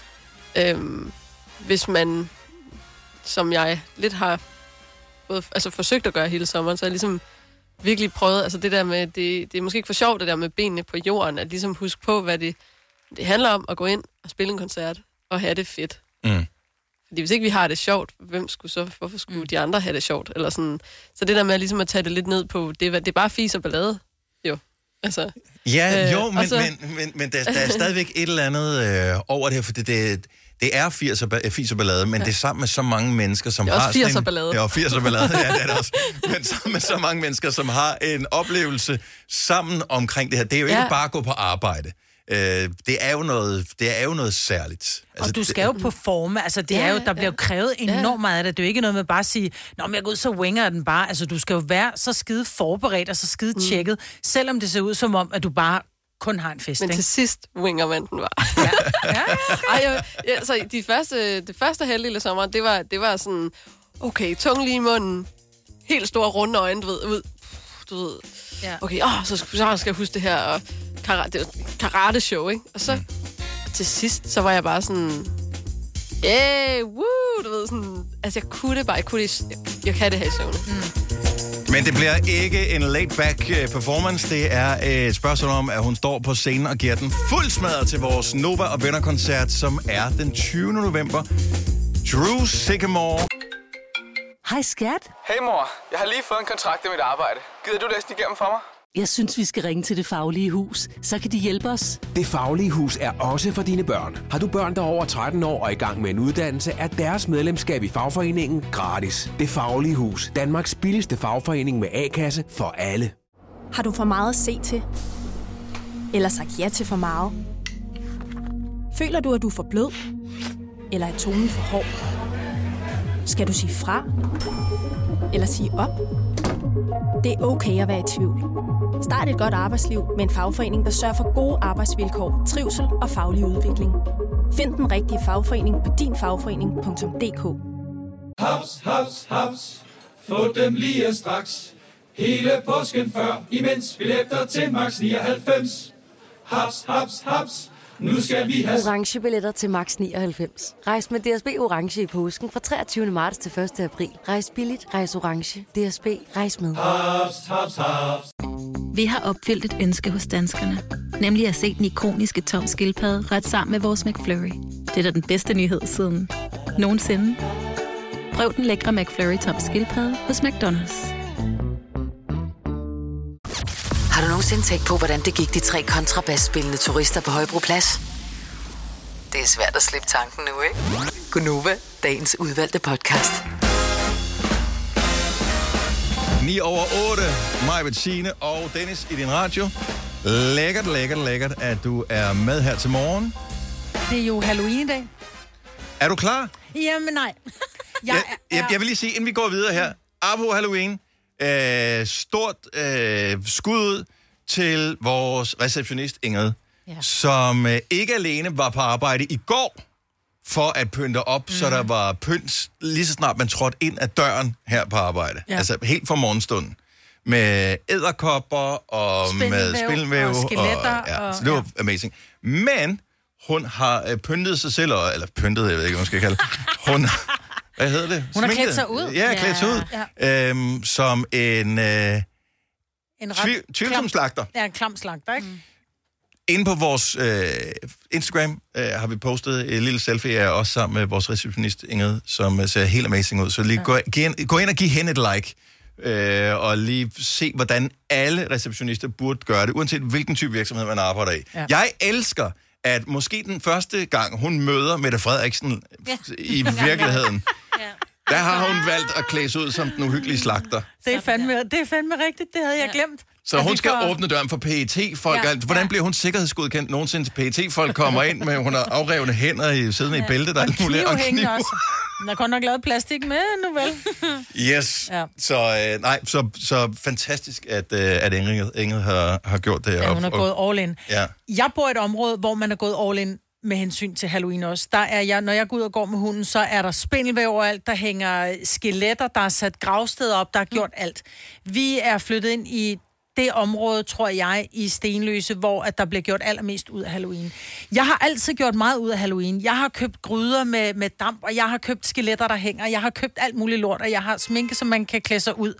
N: Øhm, hvis man, som jeg lidt har både, altså forsøgt at gøre hele sommeren, så har jeg ligesom virkelig prøvet... Altså det der med... Det, det er måske ikke for sjovt, det der med benene på jorden, at ligesom huske på, hvad det, det handler om at gå ind og spille en koncert og have det fedt.
B: Mm.
N: Fordi hvis ikke vi har det sjovt, hvem skulle så, hvorfor skulle mm. de andre have det sjovt? Eller sådan. Så det der med ligesom at tage det lidt ned på, det, det er bare fis og ballade, jo. Altså,
B: Ja,
N: øh,
B: jo, men,
N: så...
B: men, men, men der, der er stadigvæk et eller andet øh, over det her, for det, det, det er firs og, fis og ballade, men ja. Det er sammen med så mange mennesker, som
N: det er
B: har...
N: også firs og ballade.
B: Ja, firs og ballade, ja, det er det også. Men sammen med så mange mennesker, som har en oplevelse sammen omkring det her. Det er jo ikke
A: Ja.
B: bare at gå på arbejde. Øh, det, er jo noget, det er jo noget særligt.
A: Altså, og du skal jo performe, altså det
N: Ja,
A: er jo, der bliver jo krævet enormt
N: Ja.
A: meget af det. Det er jo ikke noget med bare at sige, nå, men jeg går ud, så winger den bare. Altså, du skal jo være så skide forberedt og så skide tjekket, selvom det ser ud som om, at du bare kun har en fest,
N: Men
A: ikke?
N: til sidst winger man den bare. Ja. Ja. Ej, jeg, ja, så de første, det første halvdel af sommeren, det var, det var sådan, okay, tung lige i munden, helt store runde øjne, du ved, ud, du ved,
A: ja.
N: okay, åh, så skal, så skal jeg huske det her, og karate, det var karate-show, ikke? Og så mm. til sidst, så var jeg bare sådan, yeah, woo, du ved, sådan, altså jeg kunne det bare, jeg kunne det, jeg, jeg kan det her i søvne. Mm.
B: Men det bliver ikke en laid-back performance. Det er et spørgsmål om, at hun står på scenen og giver den fuld smadret til vores Nova og Venner-koncert, som er den tyvende november. Drew Sigamore.
O: Hej skat.
P: Hey mor, jeg har lige fået en kontrakt i mit arbejde. Gider du læse den igennem for mig?
O: Jeg synes, vi skal ringe til Det Faglige Hus. Så kan de hjælpe os.
Q: Det Faglige Hus er også for dine børn. Har du børn, der er over tretten år og i gang med en uddannelse, er deres medlemskab i fagforeningen gratis. Det Faglige Hus. Danmarks billigste fagforening med A-kasse for alle.
H: Har du for meget at se til? Eller sagt ja til for meget? Føler du, at du er for blød? Eller er tonen for hård? Skal du sige fra? Eller sige op? Det er okay at være i tvivl. Start et godt arbejdsliv med en fagforening, der sørger for gode arbejdsvilkår, trivsel og faglig udvikling. Find den rigtige fagforening på din fagforening punktum d k.
R: Haps, haps, haps. Få dem lige straks. Hele påsken før, imens billetter til max nioghalvfems. haps, haps, haps. Nu skal vi have
S: orange billetter til max nioghalvfems. Rejs med D S B orange i påsken fra treogtyvende marts til første april. Rejs billigt, rejs orange. D S B, rejs med.
R: haps, haps, haps.
T: Vi har opfyldt et ønske hos danskerne. Nemlig at se den ikoniske Tom Skildpadde ret sammen med vores McFlurry. Det er da den bedste nyhed siden nogensinde. Prøv den lækre McFlurry Tom Skildpadde hos McDonald's.
E: Har du nogensinde tænkt på, hvordan det gik de tre kontrabasspillende turister på Højbroplads? Det er svært at slippe tanken nu, ikke? Gunova, dagens udvalgte podcast.
B: ni over otte. Mig, Bettine og Dennis i din radio. Lækkert, lækkert, lækkert, at du er med her til morgen.
A: Det er jo Halloween i dag.
B: Er du klar?
A: Jamen nej. Jeg,
B: jeg, jeg, jeg vil lige sige, inden vi går videre her. Apropos Halloween. Øh, stort øh, skud ud til vores receptionist Ingrid, ja. som øh, ikke alene var på arbejde i går for at pynte op, mm. så der var pynt lige så snart man trådte ind ad døren her på arbejde. Ja. Altså helt fra morgenstunden. Med edderkopper og spindelvæv, med spindelvæv.
A: Og skeletter.
B: Og, ja,
A: og,
B: så det var
A: ja.
B: amazing. Men hun har øh, pyntet sig selv, eller pyntet, jeg ved ikke, hvad man skal kalde det. Hun Hvad hedder det?
A: Hun har klædt sig ud.
B: Ja, klædt sig ud. Ja. Øhm, som en, øh, en tvivl, tvivlsom slagter.
A: Ja, en klam slagter, ikke? Mm.
B: Inde på vores øh, Instagram øh, har vi postet et lille selfie af os sammen med vores receptionist Ingrid, som øh, ser helt amazing ud. Så lige ja. gå, gå ind og giv hende et like, øh, og lige se, hvordan alle receptionister burde gøre det, uanset hvilken type virksomhed man arbejder i. Ja. Jeg elsker, at måske den første gang, hun møder Mette Frederiksen ja. i virkeligheden, ja. der har hun valgt at klæde sig ud som den uhyggelige slagter.
A: Det er fandme, det er fandme rigtigt, det havde jeg glemt.
B: Så hun skal får... åbne døren for P E T-folk. Ja. Hvordan bliver hun sikkerhedsgodkendt nogensinde til P E T-folk kommer ind med, hun har afrevne hænder i siddende ja. i bæltet, der er alt muligt.
A: Og kniv også. Der er godt nok lavet plastik med nu, vel?
B: Yes. Ja. Så, øh, nej, så, så fantastisk, at, øh, at Ingrid, Ingrid har, har gjort det.
A: Ja, hun har
B: og,
A: gået all in.
B: Ja.
A: Jeg bor i et område, hvor man er gået all in med hensyn til Halloween også. Der er jeg, når jeg går ud og går med hunden, så er der spindelvæv overalt, der hænger skeletter, der er sat gravsteder op, der er gjort alt. Vi er flyttet ind i det område, tror jeg, i Stenløse, hvor at der bliver gjort allermest ud af Halloween. Jeg har altid gjort meget ud af Halloween. Jeg har købt gryder med, med damp, og jeg har købt skeletter, der hænger. Jeg har købt alt muligt lort, og jeg har sminke, som man kan klæde sig ud.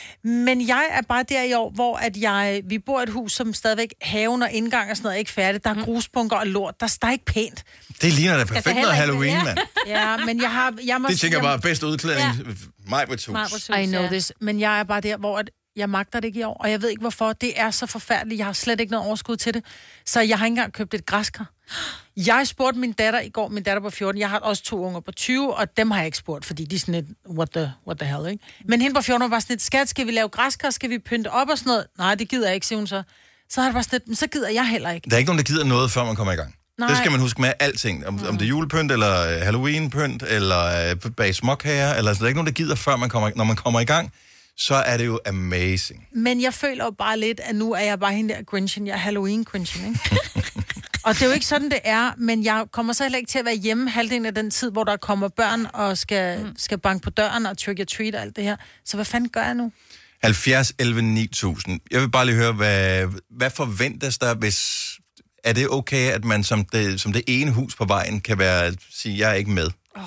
A: Men jeg er bare der i år, hvor at jeg, vi bor i et hus, som stadigvæk haven og indgang og sådan noget er ikke færdigt. Der er grusbunker og lort. Der er ikke pænt.
B: Det ligner da perfekt noget Halloween,
A: ja.
B: mand.
A: Ja, men jeg har... Jeg må,
B: det tænker jeg bare
A: jeg,
B: bedste udklædning. Ja. Majbrits hus.
A: I know this. Men jeg er bare der, hvor at jeg magter det ikke i år, og jeg ved ikke hvorfor. Det er så forfærdeligt. Jeg har slet ikke noget overskud til det. Så jeg har ikke engang købt et græskar. Jeg spurgte min datter i går, min datter på fjorten, jeg har også to unger på tyve, og dem har jeg ikke spurgt, fordi de er sådan lidt, what the, what the hell, ikke? Men hende på fjorten var sådan lidt, skat, skal vi lave græskar, skal vi pynte op og sådan noget? Nej, det gider jeg ikke, siger hun så. Så har det bare sådan lidt, så gider jeg heller ikke.
B: Der er ikke nogen, der gider noget, før man kommer i gang.
A: Nej.
B: Det skal man huske med alting. Om, om det er julepynt, eller Halloween-pynt, eller uh, bag småkager, eller så der er ikke nogen, der gider, før man kommer, når man kommer i gang. Så er det jo amazing.
A: Men jeg føler jo bare lidt, at nu er jeg bare hende der Grinchen. Jeg er Halloween-Grinchen, ikke? Og det er jo ikke sådan, det er, men jeg kommer så heller ikke til at være hjemme halvdelen af den tid, hvor der kommer børn og skal, mm. skal banke på døren og trick or treat og alt det her. Så hvad fanden gør jeg nu?
B: halvfjerds elleve ni tusind. Jeg vil bare lige høre, hvad, hvad forventes der, hvis... Er det okay, at man som det, som det ene hus på vejen kan være sige, jeg er ikke med?
C: Oh.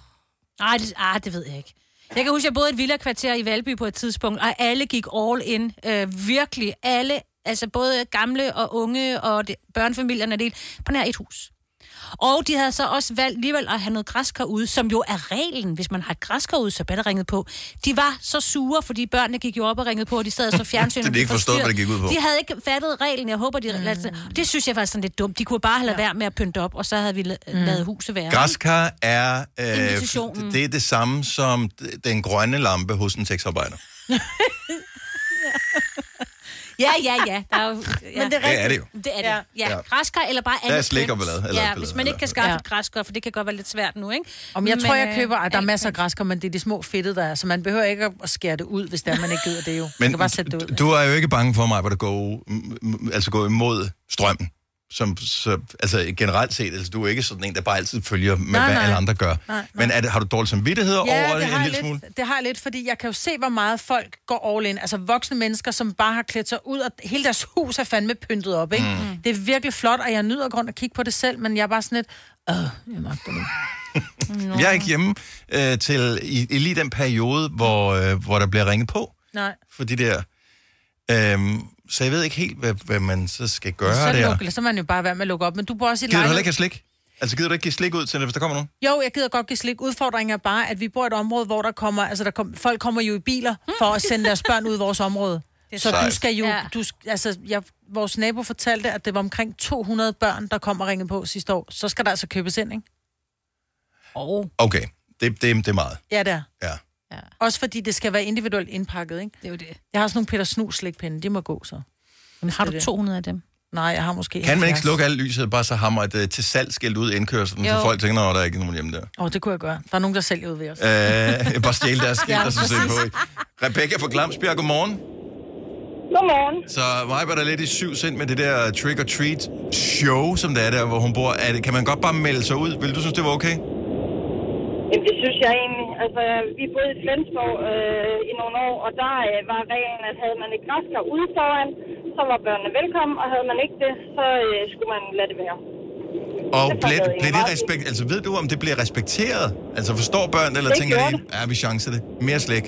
C: Nej, det, ah, det ved jeg ikke. Jeg kan huske, at jeg boede i et villakvarter i Valby på et tidspunkt, og alle gik all in. Øh, virkelig alle, altså både gamle og unge og det, børnefamilierne del, på nær et hus. Og de havde så også valgt alligevel at have noget græskar ude, som jo er reglen. Hvis man har et græskar ude, så er der ringet på. De var så sure, fordi børnene gik jo op og ringede på, og de sad så fjernsyn.
B: Det er ikke forstået, hvad det gik ud på.
C: De havde ikke fattet reglen. Jeg håber, de... Mm. Det synes jeg faktisk sådan lidt dumt. De kunne bare have ladet ja. være med at pynte op, og så havde vi la- mm. lavet huset være.
B: Græskar er... Øh, det er det samme som den grønne lampe hos en sexarbejder.
C: Ja, ja, ja. Der er jo, ja.
B: Men det er, det er det jo.
C: Det er det. Ja, ja. Græskar eller bare andet.
B: Der er slik og ballade.
C: Ja, hvis man ikke kan skaffe ja. et græskar, for det kan godt være lidt svært nu, ikke?
A: Om jeg men, tror, jeg køber... Ej, der er masser af græskar, men det er de små fedtede, der er. Så man behøver ikke at skære det ud, hvis der man ikke gider det jo. Man
B: men
A: kan bare sætte det ud.
B: Du er jo ikke bange for mig, hvor det går, altså går imod strømmen. som så, altså generelt set, altså du er ikke sådan en, der bare altid følger med,
A: Nej,
B: hvad
A: nej.
B: alle andre gør.
A: Nej, nej.
B: Men er det, har du dårlig samvittighed
A: Ja,
B: over
A: det
B: det
A: har,
B: en
A: jeg
B: lille
A: lidt,
B: smule?
A: det har jeg lidt, fordi jeg kan jo se, hvor meget folk går all in. Altså voksne mennesker, som bare har klædt sig ud, og hele deres hus er fandme pyntet op, ikke? Mm. Det er virkelig flot, og jeg nyder grund at kigge på det selv, men jeg er bare sådan lidt, åh, jeg magter det.
B: Jeg er ikke hjemme øh, til i, i lige den periode, hvor, øh, hvor der bliver ringet på
A: Nej.
B: for de der... Øhm, så jeg ved ikke helt, hvad, hvad man så skal gøre
A: Så,
B: der.
A: luk, så er man jo bare være med at lukke op, men du bor også i
B: Gider du heller
A: lejlighed.
B: ikke have slik? Altså gider du ikke give slik ud til det, hvis der kommer nogen?
A: Jo, jeg gider godt give slik. Udfordringen er bare, at vi bor i et område, hvor der kommer, altså der kom, folk kommer jo i biler for at sende deres børn ud i vores område. Så
B: sejt.
A: du skal jo,
C: Ja.
A: du, altså jeg, vores nabo fortalte, at det var omkring to hundrede børn, der kom og ringede på sidste år. Så skal der altså købes ind, ikke?
C: Oh.
B: Okay, det, det, det er meget.
A: Ja, det er.
B: Ja.
A: Ja. Også fordi det skal være individuelt indpakket, ikke?
C: Det er jo det.
A: Jeg har sådan nogle Peter Snus slikpinde, de må gå så.
C: Men har du
A: det er det.
C: to hundrede af dem?
A: Nej, jeg har måske
B: Kan man ikke
A: halvfjerds.
B: slukke alt lyset, bare så hammer et uh, til salg skilt ud i indkørslen, så
C: Jo.
B: folk tænker, at der er ikke nogen hjemme der.
A: Åh, oh, det kunne jeg gøre. Der er nogen, der sælger ud ved os.
B: Øh, bare stjæle deres skilt,
A: Ja,
B: og så se på. Rebecca fra Glamsbjerg, godmorgen.
L: Godmorgen.
B: Så mig var der lidt i syv sind med det der trick or treat show, som det er der, hvor hun bor. Er det, kan man godt bare melde sig ud? Vil du synes, det var okay?
L: Jamen, det synes jeg egentlig. Altså, vi boede i Flensborg øh, i nogle år, og der øh, var reglen, at havde man et græskar ude foran, så var børnene velkommen, og havde man ikke det, så øh, skulle man lade det være.
B: Og
L: Det
B: blev,
L: forstod jeg
B: blev det
L: meget
B: respekt... Altså, ved du, om det bliver respekteret? Altså, forstår børn, eller
L: Det
B: tænker de,
L: gjorde
B: ja, vi chancer det. Mere slik.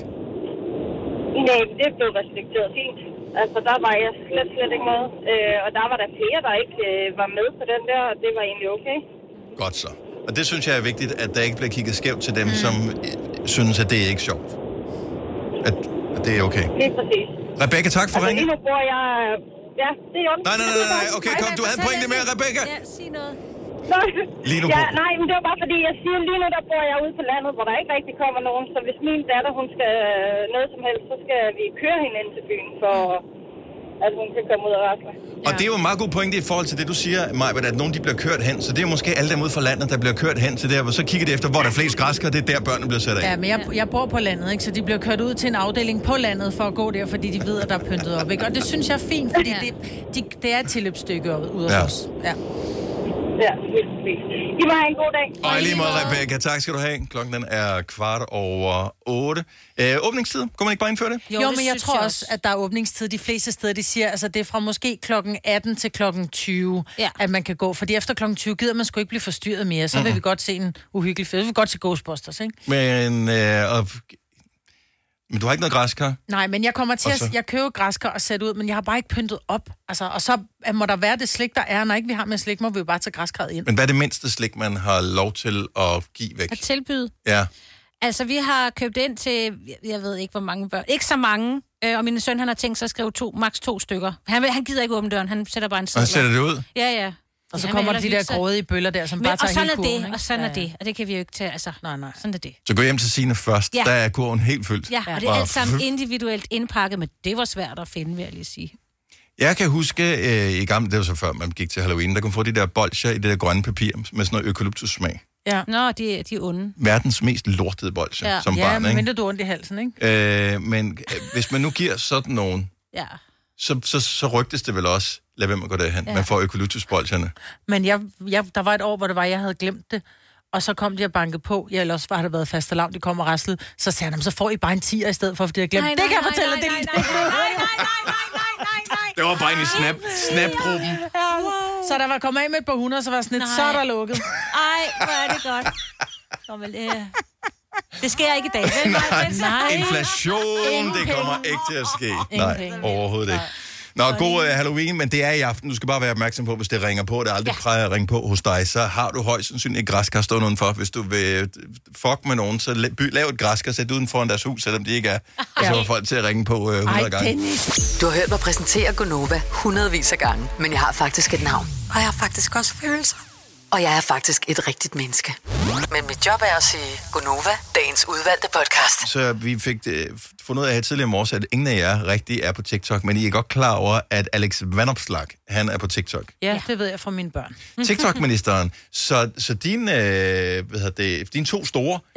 L: Nej, det blev respekteret fint. Altså, der var jeg slet, slet ikke med. Øh, og der var der flere, der ikke øh, var med på den der, og det var egentlig okay.
B: Godt så. Og det synes jeg er vigtigt, at der ikke bliver kigget skævt til dem, mm. som øh, synes, at det er ikke sjovt. At, at det er okay.
L: Lige præcis.
B: Rebecca, tak for
L: Altså,
B: ringen.
L: lige nu bor jeg... Ja, det er jo...
B: Nej, nej, nej, nej, okay, kom, du havde en pointe mere, Rebecca.
C: Ja, sig noget.
B: Lige nu
L: ja,
B: på-
L: nej, men det var bare fordi, jeg siger, lige nu der bor jeg ude på landet, hvor der ikke rigtig kommer nogen. Så hvis min datter, hun skal øh, noget som helst, så skal vi køre hende ind til byen, for at hun kan komme ud og rasle.
B: Og det er jo en meget god pointe i forhold til det, du siger, Maja, at nogen de bliver kørt hen. Så det er jo måske alle dem ude fra landet, der bliver kørt hen til der, hvor så kigger de efter, hvor der er flest græskar, det er der, børnene bliver sat af.
A: Ja, men jeg, jeg bor på landet, ikke? Så de bliver kørt ud til en afdeling på landet for at gå der, fordi de ved, at der er pyntet op, ikke? Og det synes jeg er fint, fordi det, de, det er et tilløbsstykke ud af
B: Ja.
A: os. Ja.
L: Ja, helt fint. I må have en god dag.
B: Og i lige måde, Rebecca, tak skal du have. Klokken den er kvart over otte. Øh, åbningstid, kunne man ikke bare indføre det?
A: Jo, jo men jeg tror også, at der er åbningstid de fleste steder. De siger, altså det er fra måske klokken atten til klokken tyve, ja. At man kan gå. Fordi efter klokken tyve gider man sgu ikke blive forstyrret mere. Så mm-hmm. vil vi godt se en uhyggelig film. Vi vil godt se Ghostbusters, ikke?
B: Men, øh, og, men du har ikke noget græskar?
A: Nej, men jeg kommer til
B: Og
A: at...
B: så?
A: Jeg køber græskar og sætte ud, men jeg har bare ikke pyntet op. Altså, og så må der være det slik, der er. Når ikke vi har med slik, må vi jo bare tage græskarret ind.
B: Men hvad er det mindste slik, man har lov til at give væk?
C: At tilbyde.
B: Ja.
C: Altså, vi har købt ind til, jeg ved ikke, hvor mange børn. Ikke så mange. Øh, og min søn, han har tænkt sig at skrive to, maks to stykker. Han, vil- han gider ikke åbne døren, han sætter bare en
B: Og
C: seddel.
B: så sætter det ud?
C: Ja, ja.
A: Og så
C: Han
A: kommer
C: vil
A: de
C: hellere
A: der
C: hygge sig.
A: grådige bøller der, som
C: Men,
A: bare
C: og
A: tager
C: sådan
A: hele
C: er
A: kurven,
C: det,
A: ikke?
C: og sådan
A: Ja,
C: er det. Og det kan vi jo ikke tage, altså,
A: nej, nej.
C: sådan er det.
B: Så gå hjem til Signe først.
C: Ja.
B: Der er kurven helt fyldt.
C: Ja, og det er alt sammen individuelt indpakket, men det var svært at finde, vil jeg lige sige.
B: Jeg kan huske, øh, i gamle, det var så før man gik til Halloween, der kunne få de der bolcher i det der grønne papir med sådan noget økolyptus-smag.
A: Ja.
C: Nå, de, de er onde.
B: Verdens mest lortede bolcher
A: Ja,
B: som
A: ja
B: barn,
A: men
B: ikke?
A: mindre du har ondt i halsen, ikke?
B: Øh, men øh, hvis man nu giver sådan nogen,
C: Ja.
B: så, så, så rygtes det vel også, lad være med at gå derhen,
A: Ja.
B: man får økolyptusbolcherne.
A: Men jeg, jeg, der var et år, hvor det var, jeg havde glemt det. Og så kom de og bankede på. Ja, ellers var det været fastelavn, de kom og raslede. Så sagde de, så får I bare en tier i stedet for, fordi jeg glemte.
C: Nej,
A: Det kan jeg
C: nej,
A: fortælle
C: nej,
A: dig.
C: nej,
A: Det
C: nej,
A: nej,
C: nej,
B: Det var bare en i snap, snap-gruppen.
A: Ja, så der var kommet af med et par hundrede, så var sådan lidt,
C: Nej.
A: så er der lukket.
C: Ej, hvor er det godt. Nå, vel, øh. Det sker ikke i dag, vel?
B: Nej, inflation, det kommer ikke til at ske. Nej,
C: penge.
B: overhovedet ikke. Nå, god uh, Halloween, men det er i aften. Du skal bare være opmærksom på, hvis det ringer på. Det aldrig plejer at ringe på hos dig, så har du højst sandsynligt et græskar stående udenfor. Hvis du vil fuck med nogen, så la- by, lav et græskar, sæt uden foran deres hus, selvom de ikke er. Og så får folk til at ringe på uh, hundrede gange.
E: Du har hørt mig præsentere Gonova hundredvis af gange, men jeg har faktisk et navn. Og jeg har faktisk også følelser. Og jeg er faktisk et rigtigt menneske. Men mit job er at sige Gonova, dagens udvalgte podcast.
B: Så vi fik uh, fundet ud af her tidligere i morges, at ingen af jer rigtig er på TikTok, men I er godt klar over, at Alex Vanopslagh, han er på TikTok.
A: Ja, det ved jeg fra mine børn.
B: TikTok-ministeren. Så, så din, øh, hvad hedder det, dine to store,
A: Ja.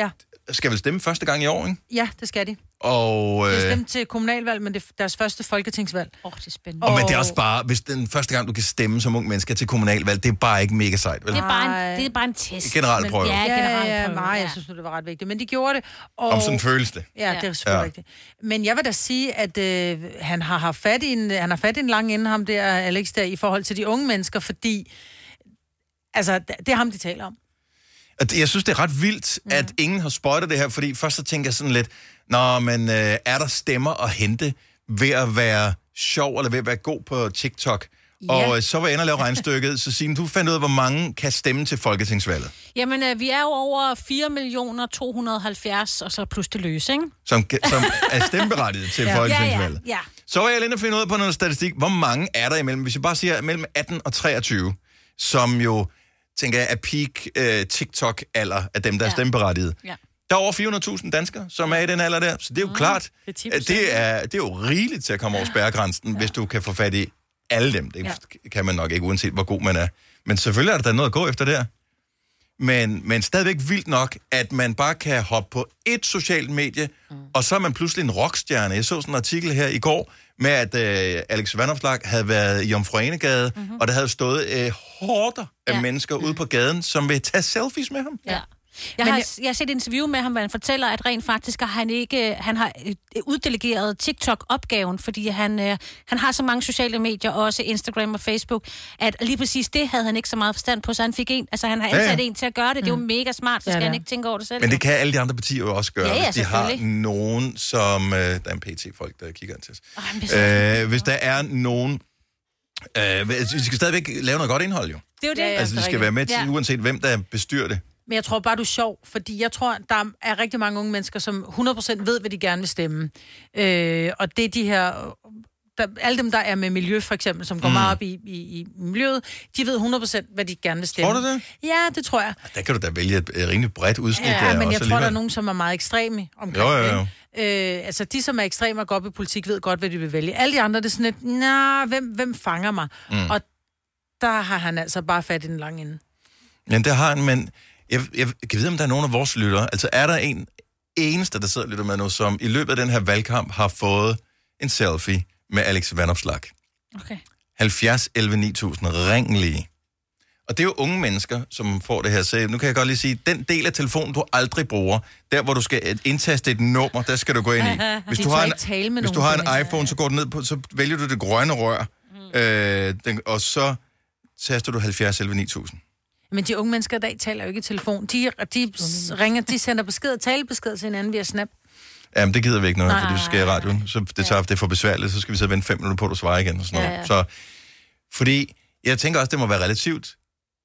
B: skal vel stemme første gang i år, ikke?
A: Ja, det skal de.
B: Og,
A: Det er
B: øh,
A: stemt til kommunalvalg, men det er deres første folketingsvalg.
C: Åh, oh, det er spændende.
B: og, men det er også bare, hvis den første gang, du kan stemme som ung menneske til kommunalvalg, det er bare ikke mega sejt, vel?
C: Det er bare en, det er bare en test.
B: Generalprøve.
C: Men, ja,
A: Ja,
C: generalprøve.
A: ja, nej, jeg synes nu, det var ret vigtigt. Men de gjorde det. Og...
B: Om sådan føles det.
A: Ja, det er selvfølgelig
B: Ja.
A: ja. rigtigt. Men jeg vil da sige, at øh, han har haft fat i en, han har fat i en lang inden ham der, Alex, der, i forhold til de unge mennesker, fordi altså, det er ham, de taler om.
B: Og det- Jeg synes, det er ret vildt, mm. at ingen har spottet det her, fordi først så tænker jeg sådan lidt, nå, men øh, er der stemmer at hente ved at være sjov, eller ved at være god på TikTok? Ja. Og øh, så var jeg inde og lave regnstykket, så Signe, du fandt ud af, hvor mange kan stemme til folketingsvalget,
C: Jamen, øh, vi er jo over fire millioner to hundrede og halvfjerds, og så plus det løse, ikke?
B: som, som er stemmeberettiget til
C: Ja.
B: folketingsvalget.
C: Ja, ja, ja.
B: Så var jeg lige inde og finde ud af på noget statistik, hvor mange er der imellem, hvis jeg bare siger mellem atten og treogtyve, som jo, tænker jeg, er peak øh, TikTok-alder af dem, der er
C: Ja.
B: stemmeberettiget.
C: Ja.
B: Der er over fire hundrede tusind danskere, som er i den alder der, så det er jo mm, klart,
A: det er
B: at det er, det er jo rigeligt til at komme over spærregrænsen, ja. hvis du kan få fat i alle dem. Det
A: Ja.
B: kan man nok ikke, uanset hvor god man er. Men selvfølgelig er der da noget at gå efter der. Men, men stadigvæk vildt nok, at man bare kan hoppe på et socialt medie, mm. og så er man pludselig en rockstjerne. Jeg så sådan en artikel her i går, med at øh, Alex Vanopslagh havde været i Jomfru Anegade, mm-hmm. og der havde stået øh, horder af
C: Ja.
B: mennesker ude på gaden, som vil tage selfies med ham.
C: Ja. Jeg har, jeg har set et interview med ham, hvor han fortæller, at rent faktisk har han ikke, han har øh, uddelegeret TikTok-opgaven, fordi han, øh, han har så mange sociale medier, også Instagram og Facebook, at lige præcis det havde han ikke så meget forstand på, så han fik en, altså han har
B: Ja, ja.
C: ansat en til at gøre det. Det er jo mega smart, så
A: Ja,
C: skal
A: ja.
C: han ikke tænke over det selv.
B: Men det
C: jo.
B: kan alle de andre partier jo også gøre,
C: Ja, ja,
B: hvis de har
C: selvfølgelig.
B: nogen, som... Øh, der er en P T-folk, der kigger ind til os.
C: Ej, men det er så-
B: Øh, hvis der er nogen... Øh, vi skal stadigvæk lave noget godt indhold, jo.
C: Det er jo det.
A: Ja, ja.
B: Altså, de skal være med til,
C: Ja.
B: uanset hvem, der bestyrer det.
A: Men jeg tror bare, du er sjov, fordi jeg tror, der er rigtig mange unge mennesker, som hundrede procent ved, hvad de gerne vil stemme. Øh, og det er de her... Der, alle dem, der er med miljø, for eksempel, som går
B: Mm.
A: meget op i, i, i miljøet, de ved hundrede procent, hvad de gerne vil stemme.
B: Tror du det?
A: Ja, det tror jeg.
B: Der kan du da vælge et, et rimelig bredt udsnit.
A: Ja,
B: der
A: men jeg
B: også
A: tror, der er
B: alligevel.
A: nogen, som er meget ekstreme omkring
B: Jo, jo, jo.
A: det. ikke? Øh, altså, de, som er ekstreme og går op i politik, ved godt, hvad de vil vælge. Alle de andre, det er sådan et, nej, hvem, hvem fanger mig?
B: Mm.
A: Og der har han altså bare fat i den lange ende.
B: Men det har han, men jeg, jeg kan vide, om der er nogen af vores lyttere. Altså, er der en eneste, der sidder og lytter med nu, som i løbet af den her valgkamp har fået en selfie med Alex Vanopslagh?
C: Okay.
B: halvfjerds elleve ni tusind, ring lige. Og det er jo unge mennesker, som får det her. Så nu kan jeg godt lige sige, den del af telefonen, du aldrig bruger, der hvor du skal indtaste et nummer, der skal du gå ind i. Hvis
A: De
B: du
A: tør
B: har
A: ikke tale
B: en,
A: med
B: hvis du
A: nogen,
B: har en
A: som
B: iPhone, så går du ned på, så vælger du det grønne rør, mm. øh, den, og så taster du halvfjerds elleve ni tusind.
A: Men de unge mennesker i dag taler jo ikke i telefon. De, de ringer, de sender besked, talebesked til hinanden via Snap.
B: Jamen, det gider vi ikke noget,
A: Nej.
B: fordi du skal i radioen. Så det tager, det er for besværligt, så skal vi så vente fem minutter på, at du svarer igen. Og sådan
A: Ja,
B: noget.
A: ja.
B: Så, fordi jeg tænker også, det må være relativt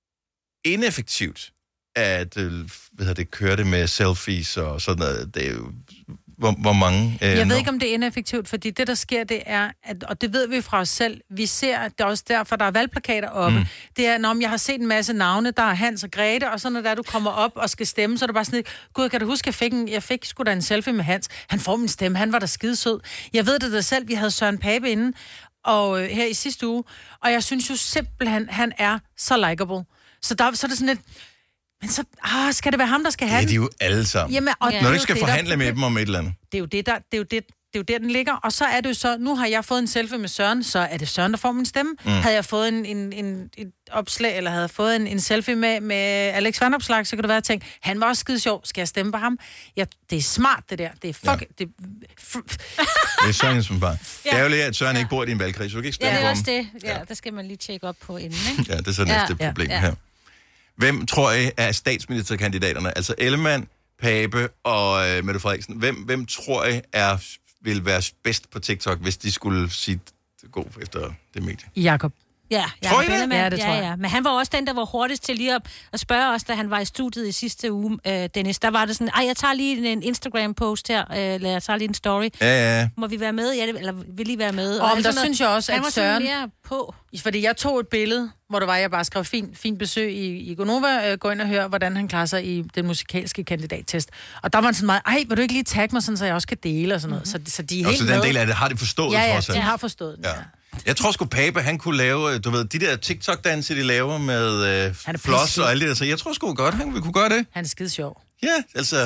B: ineffektivt, at øh, hvad hedder det, køre det med selfies og sådan noget. Det er jo, hvor, hvor mange... Øh,
A: Jeg ved
B: når-
A: ikke, om det er ineffektivt, fordi det, der sker, det er, at, og det ved vi fra os selv, vi ser, det er også derfor, der er valgplakater oppe,
B: Mm.
A: mm. det er, når jeg har set en masse navne, der er Hans og Grete, og så når der du kommer op og skal stemme, så er det bare sådan lidt, gud, kan du huske, jeg fik, en, jeg fik sgu da en selfie med Hans, han får min stemme, han var da skidesød. Jeg ved det da selv, vi havde Søren Pape inde, og øh, her i sidste uge, og jeg synes jo simpelthen, han er så likable. Så, der, så er det sådan lidt, men så ah, skal det være ham, der skal have
B: Det er de
A: den?
B: jo alle sammen.
A: Jamen, og det er
B: Når du
A: jo
B: ikke skal
A: det, der-
B: forhandle med dem om et eller andet.
A: Det er jo det, der, det er jo det, det er jo der, den ligger. Og så er det jo så, nu har jeg fået en selfie med Søren, så er det Søren, der får min stemme.
B: Mm.
A: Mm. Havde jeg fået en, en, en, et opslag, eller havde jeg fået en, en selfie med, med Alex Vanopslagh, så kunne det være, at tænke, han var også skide sjov, skal jeg stemme på ham? Ja, det er smart, det der. Det er fuck... Ja. Det,
B: Det er Søren som bare.
C: Ja.
B: Det er jo lidt, at Søren ikke bor i din valgkreds. Du kan ikke
C: Ja,
B: stemme
C: det
B: på
C: er
B: ham.
C: også det. Ja, der skal man lige tjekke op på inden, ikke?
B: Ja, det er så næste
C: Ja.
B: problem
C: Ja.
B: her. Hvem tror I er statsministerkandidaterne? Altså Ellemann, Pape og øh, Mette Frederiksen. Hvem, hvem tror I er, vil være bedst på TikTok, hvis de skulle sige gå efter det medie?
A: Jakob.
C: Ja,
B: Tror I
C: Jacob
B: det?
C: Ellemann.
A: Ja, det tror
C: ja,
A: jeg.
C: ja. Men han var også den, der var hurtigst til lige at, at spørge os, da han var i studiet i sidste uge, øh, Dennis. Der var det sådan, ej, jeg tager lige en, en Instagram-post her, øh, eller jeg tager lige en story.
B: Ja, ja.
C: Må vi være med? Ja, det, eller vil I være med?
A: Og
C: alt
A: der
C: sådan noget.
A: synes jeg også,
C: han
A: at
C: var sådan
A: Søren...
C: mere på.
A: Fordi jeg tog et billede, hvor det var, jeg bare skrev fin, fin besøg i, i Gonova, øh, gå ind og høre, hvordan han klarer sig i den musikalske kandidattest. Og der var han sådan meget, ej, vil du ikke lige tagge mig, sådan, så jeg også kan dele og sådan noget. Så, så de er
B: Og
A: helt
B: så den
A: med.
B: del af det har de forstået,
A: Ja, ja,
B: trods alt.
A: de har forstået den.
B: Ja. Jeg tror sgu, Pape, han kunne lave, du ved, de der TikTok-danse, de laver med øh,
A: Han er
B: floss
A: pissefed.
B: og alt det der. Så jeg tror sgu godt, han ville kunne gøre det.
A: Han er skide sjov.
B: Ja, altså,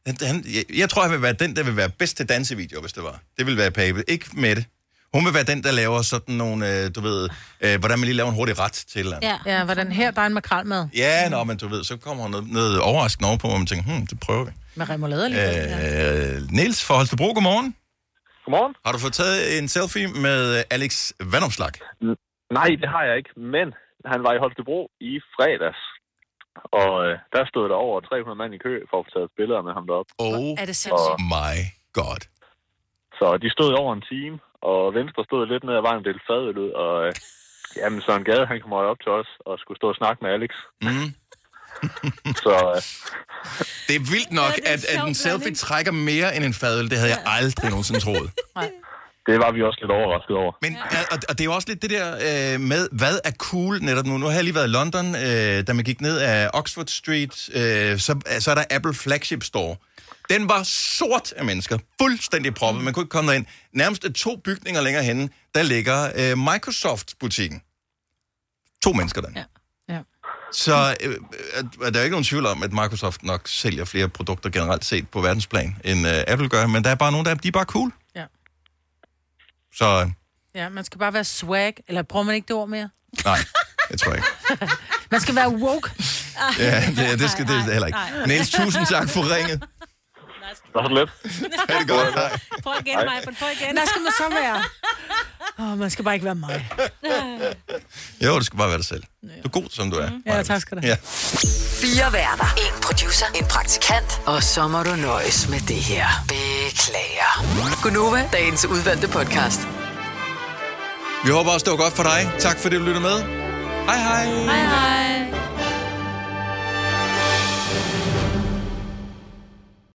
B: Han, han, jeg, jeg tror, han vil være den, der vil være bedst til dansevideoer, hvis det var. Det vil være Pape. Ikke Mette. Hun vil være den, der laver sådan nogle, øh, du ved, øh, hvordan man lige laver en hurtig ret til et eller andet.
A: Ja, ja hvordan her, der er en makrelmad.
B: Ja, nå, men du ved, så kommer noget, noget overraskende over på, hvor man tænker, hmm, det prøver vi.
A: Med remoulade lige.
B: Øh, ja. Niels fra Holstebro, godmorgen.
U: Godmorgen.
B: Har du fået taget en selfie med Alex Vanopslagh?
U: Nej, det har jeg ikke, men han var i Holstebro i fredags. Og øh, der stod der over tre hundrede mand i kø for at få taget billeder med ham deroppe.
B: Oh
U: er
B: det my god.
U: Så de stod over en time, og Venstre stod lidt ned ad vejen og delte fadøl ud. Og øh, jamen, Søren Gade, han kom op til os og skulle stå og snakke med Alex.
B: Mm.
U: Så øh,
B: det er vildt nok, ja, er at, at en selfie trækker mere end en fadøl. Det havde jeg aldrig nogensinde troet.
U: Det var vi også lidt overrasket over.
B: Men, og, og det er jo også lidt det der øh, med, hvad er cool netop nu. Nu har jeg lige været i London, øh, da man gik ned af Oxford Street, øh, så, så er der Apple Flagship Store. Den var sort af mennesker. Fuldstændig proppet. Mm. Man kunne ikke komme derind. Nærmest to bygninger længere henne, der ligger øh, Microsoft-butikken. To mennesker der.
A: Ja. Ja.
B: Så øh, øh, der er ikke nogen tvivl om, at Microsoft nok sælger flere produkter generelt set på verdensplan, end øh, Apple gør. Men der er bare nogen, der de er bare cool.
A: Ja.
B: Så...
A: Ja, man skal bare være swag. Eller bruger man ikke det ord mere?
B: Nej, jeg tror ikke.
A: Man skal være woke.
B: Ja, det, det skal det heller ikke. Niels, tusind tak for ringet.
U: Det var så let.
B: Ha' det godt. Hej.
C: Prøv igen, Maja. Prøv igen.
A: Der skal man så være. Åh, oh, man skal bare ikke være mig.
B: Jo, det skal bare være dig selv. Du er god, som du er.
A: Mm. Ja, tak skal du.
B: Ja.
E: Fire værter. En producer. En praktikant. Og så må du nøjes med det her. Beklager. Gunova, dagens udvalgte podcast.
B: Vi håber også, det var godt for dig. Tak fordi du lyttede med. Hej hej.
C: Hej hej.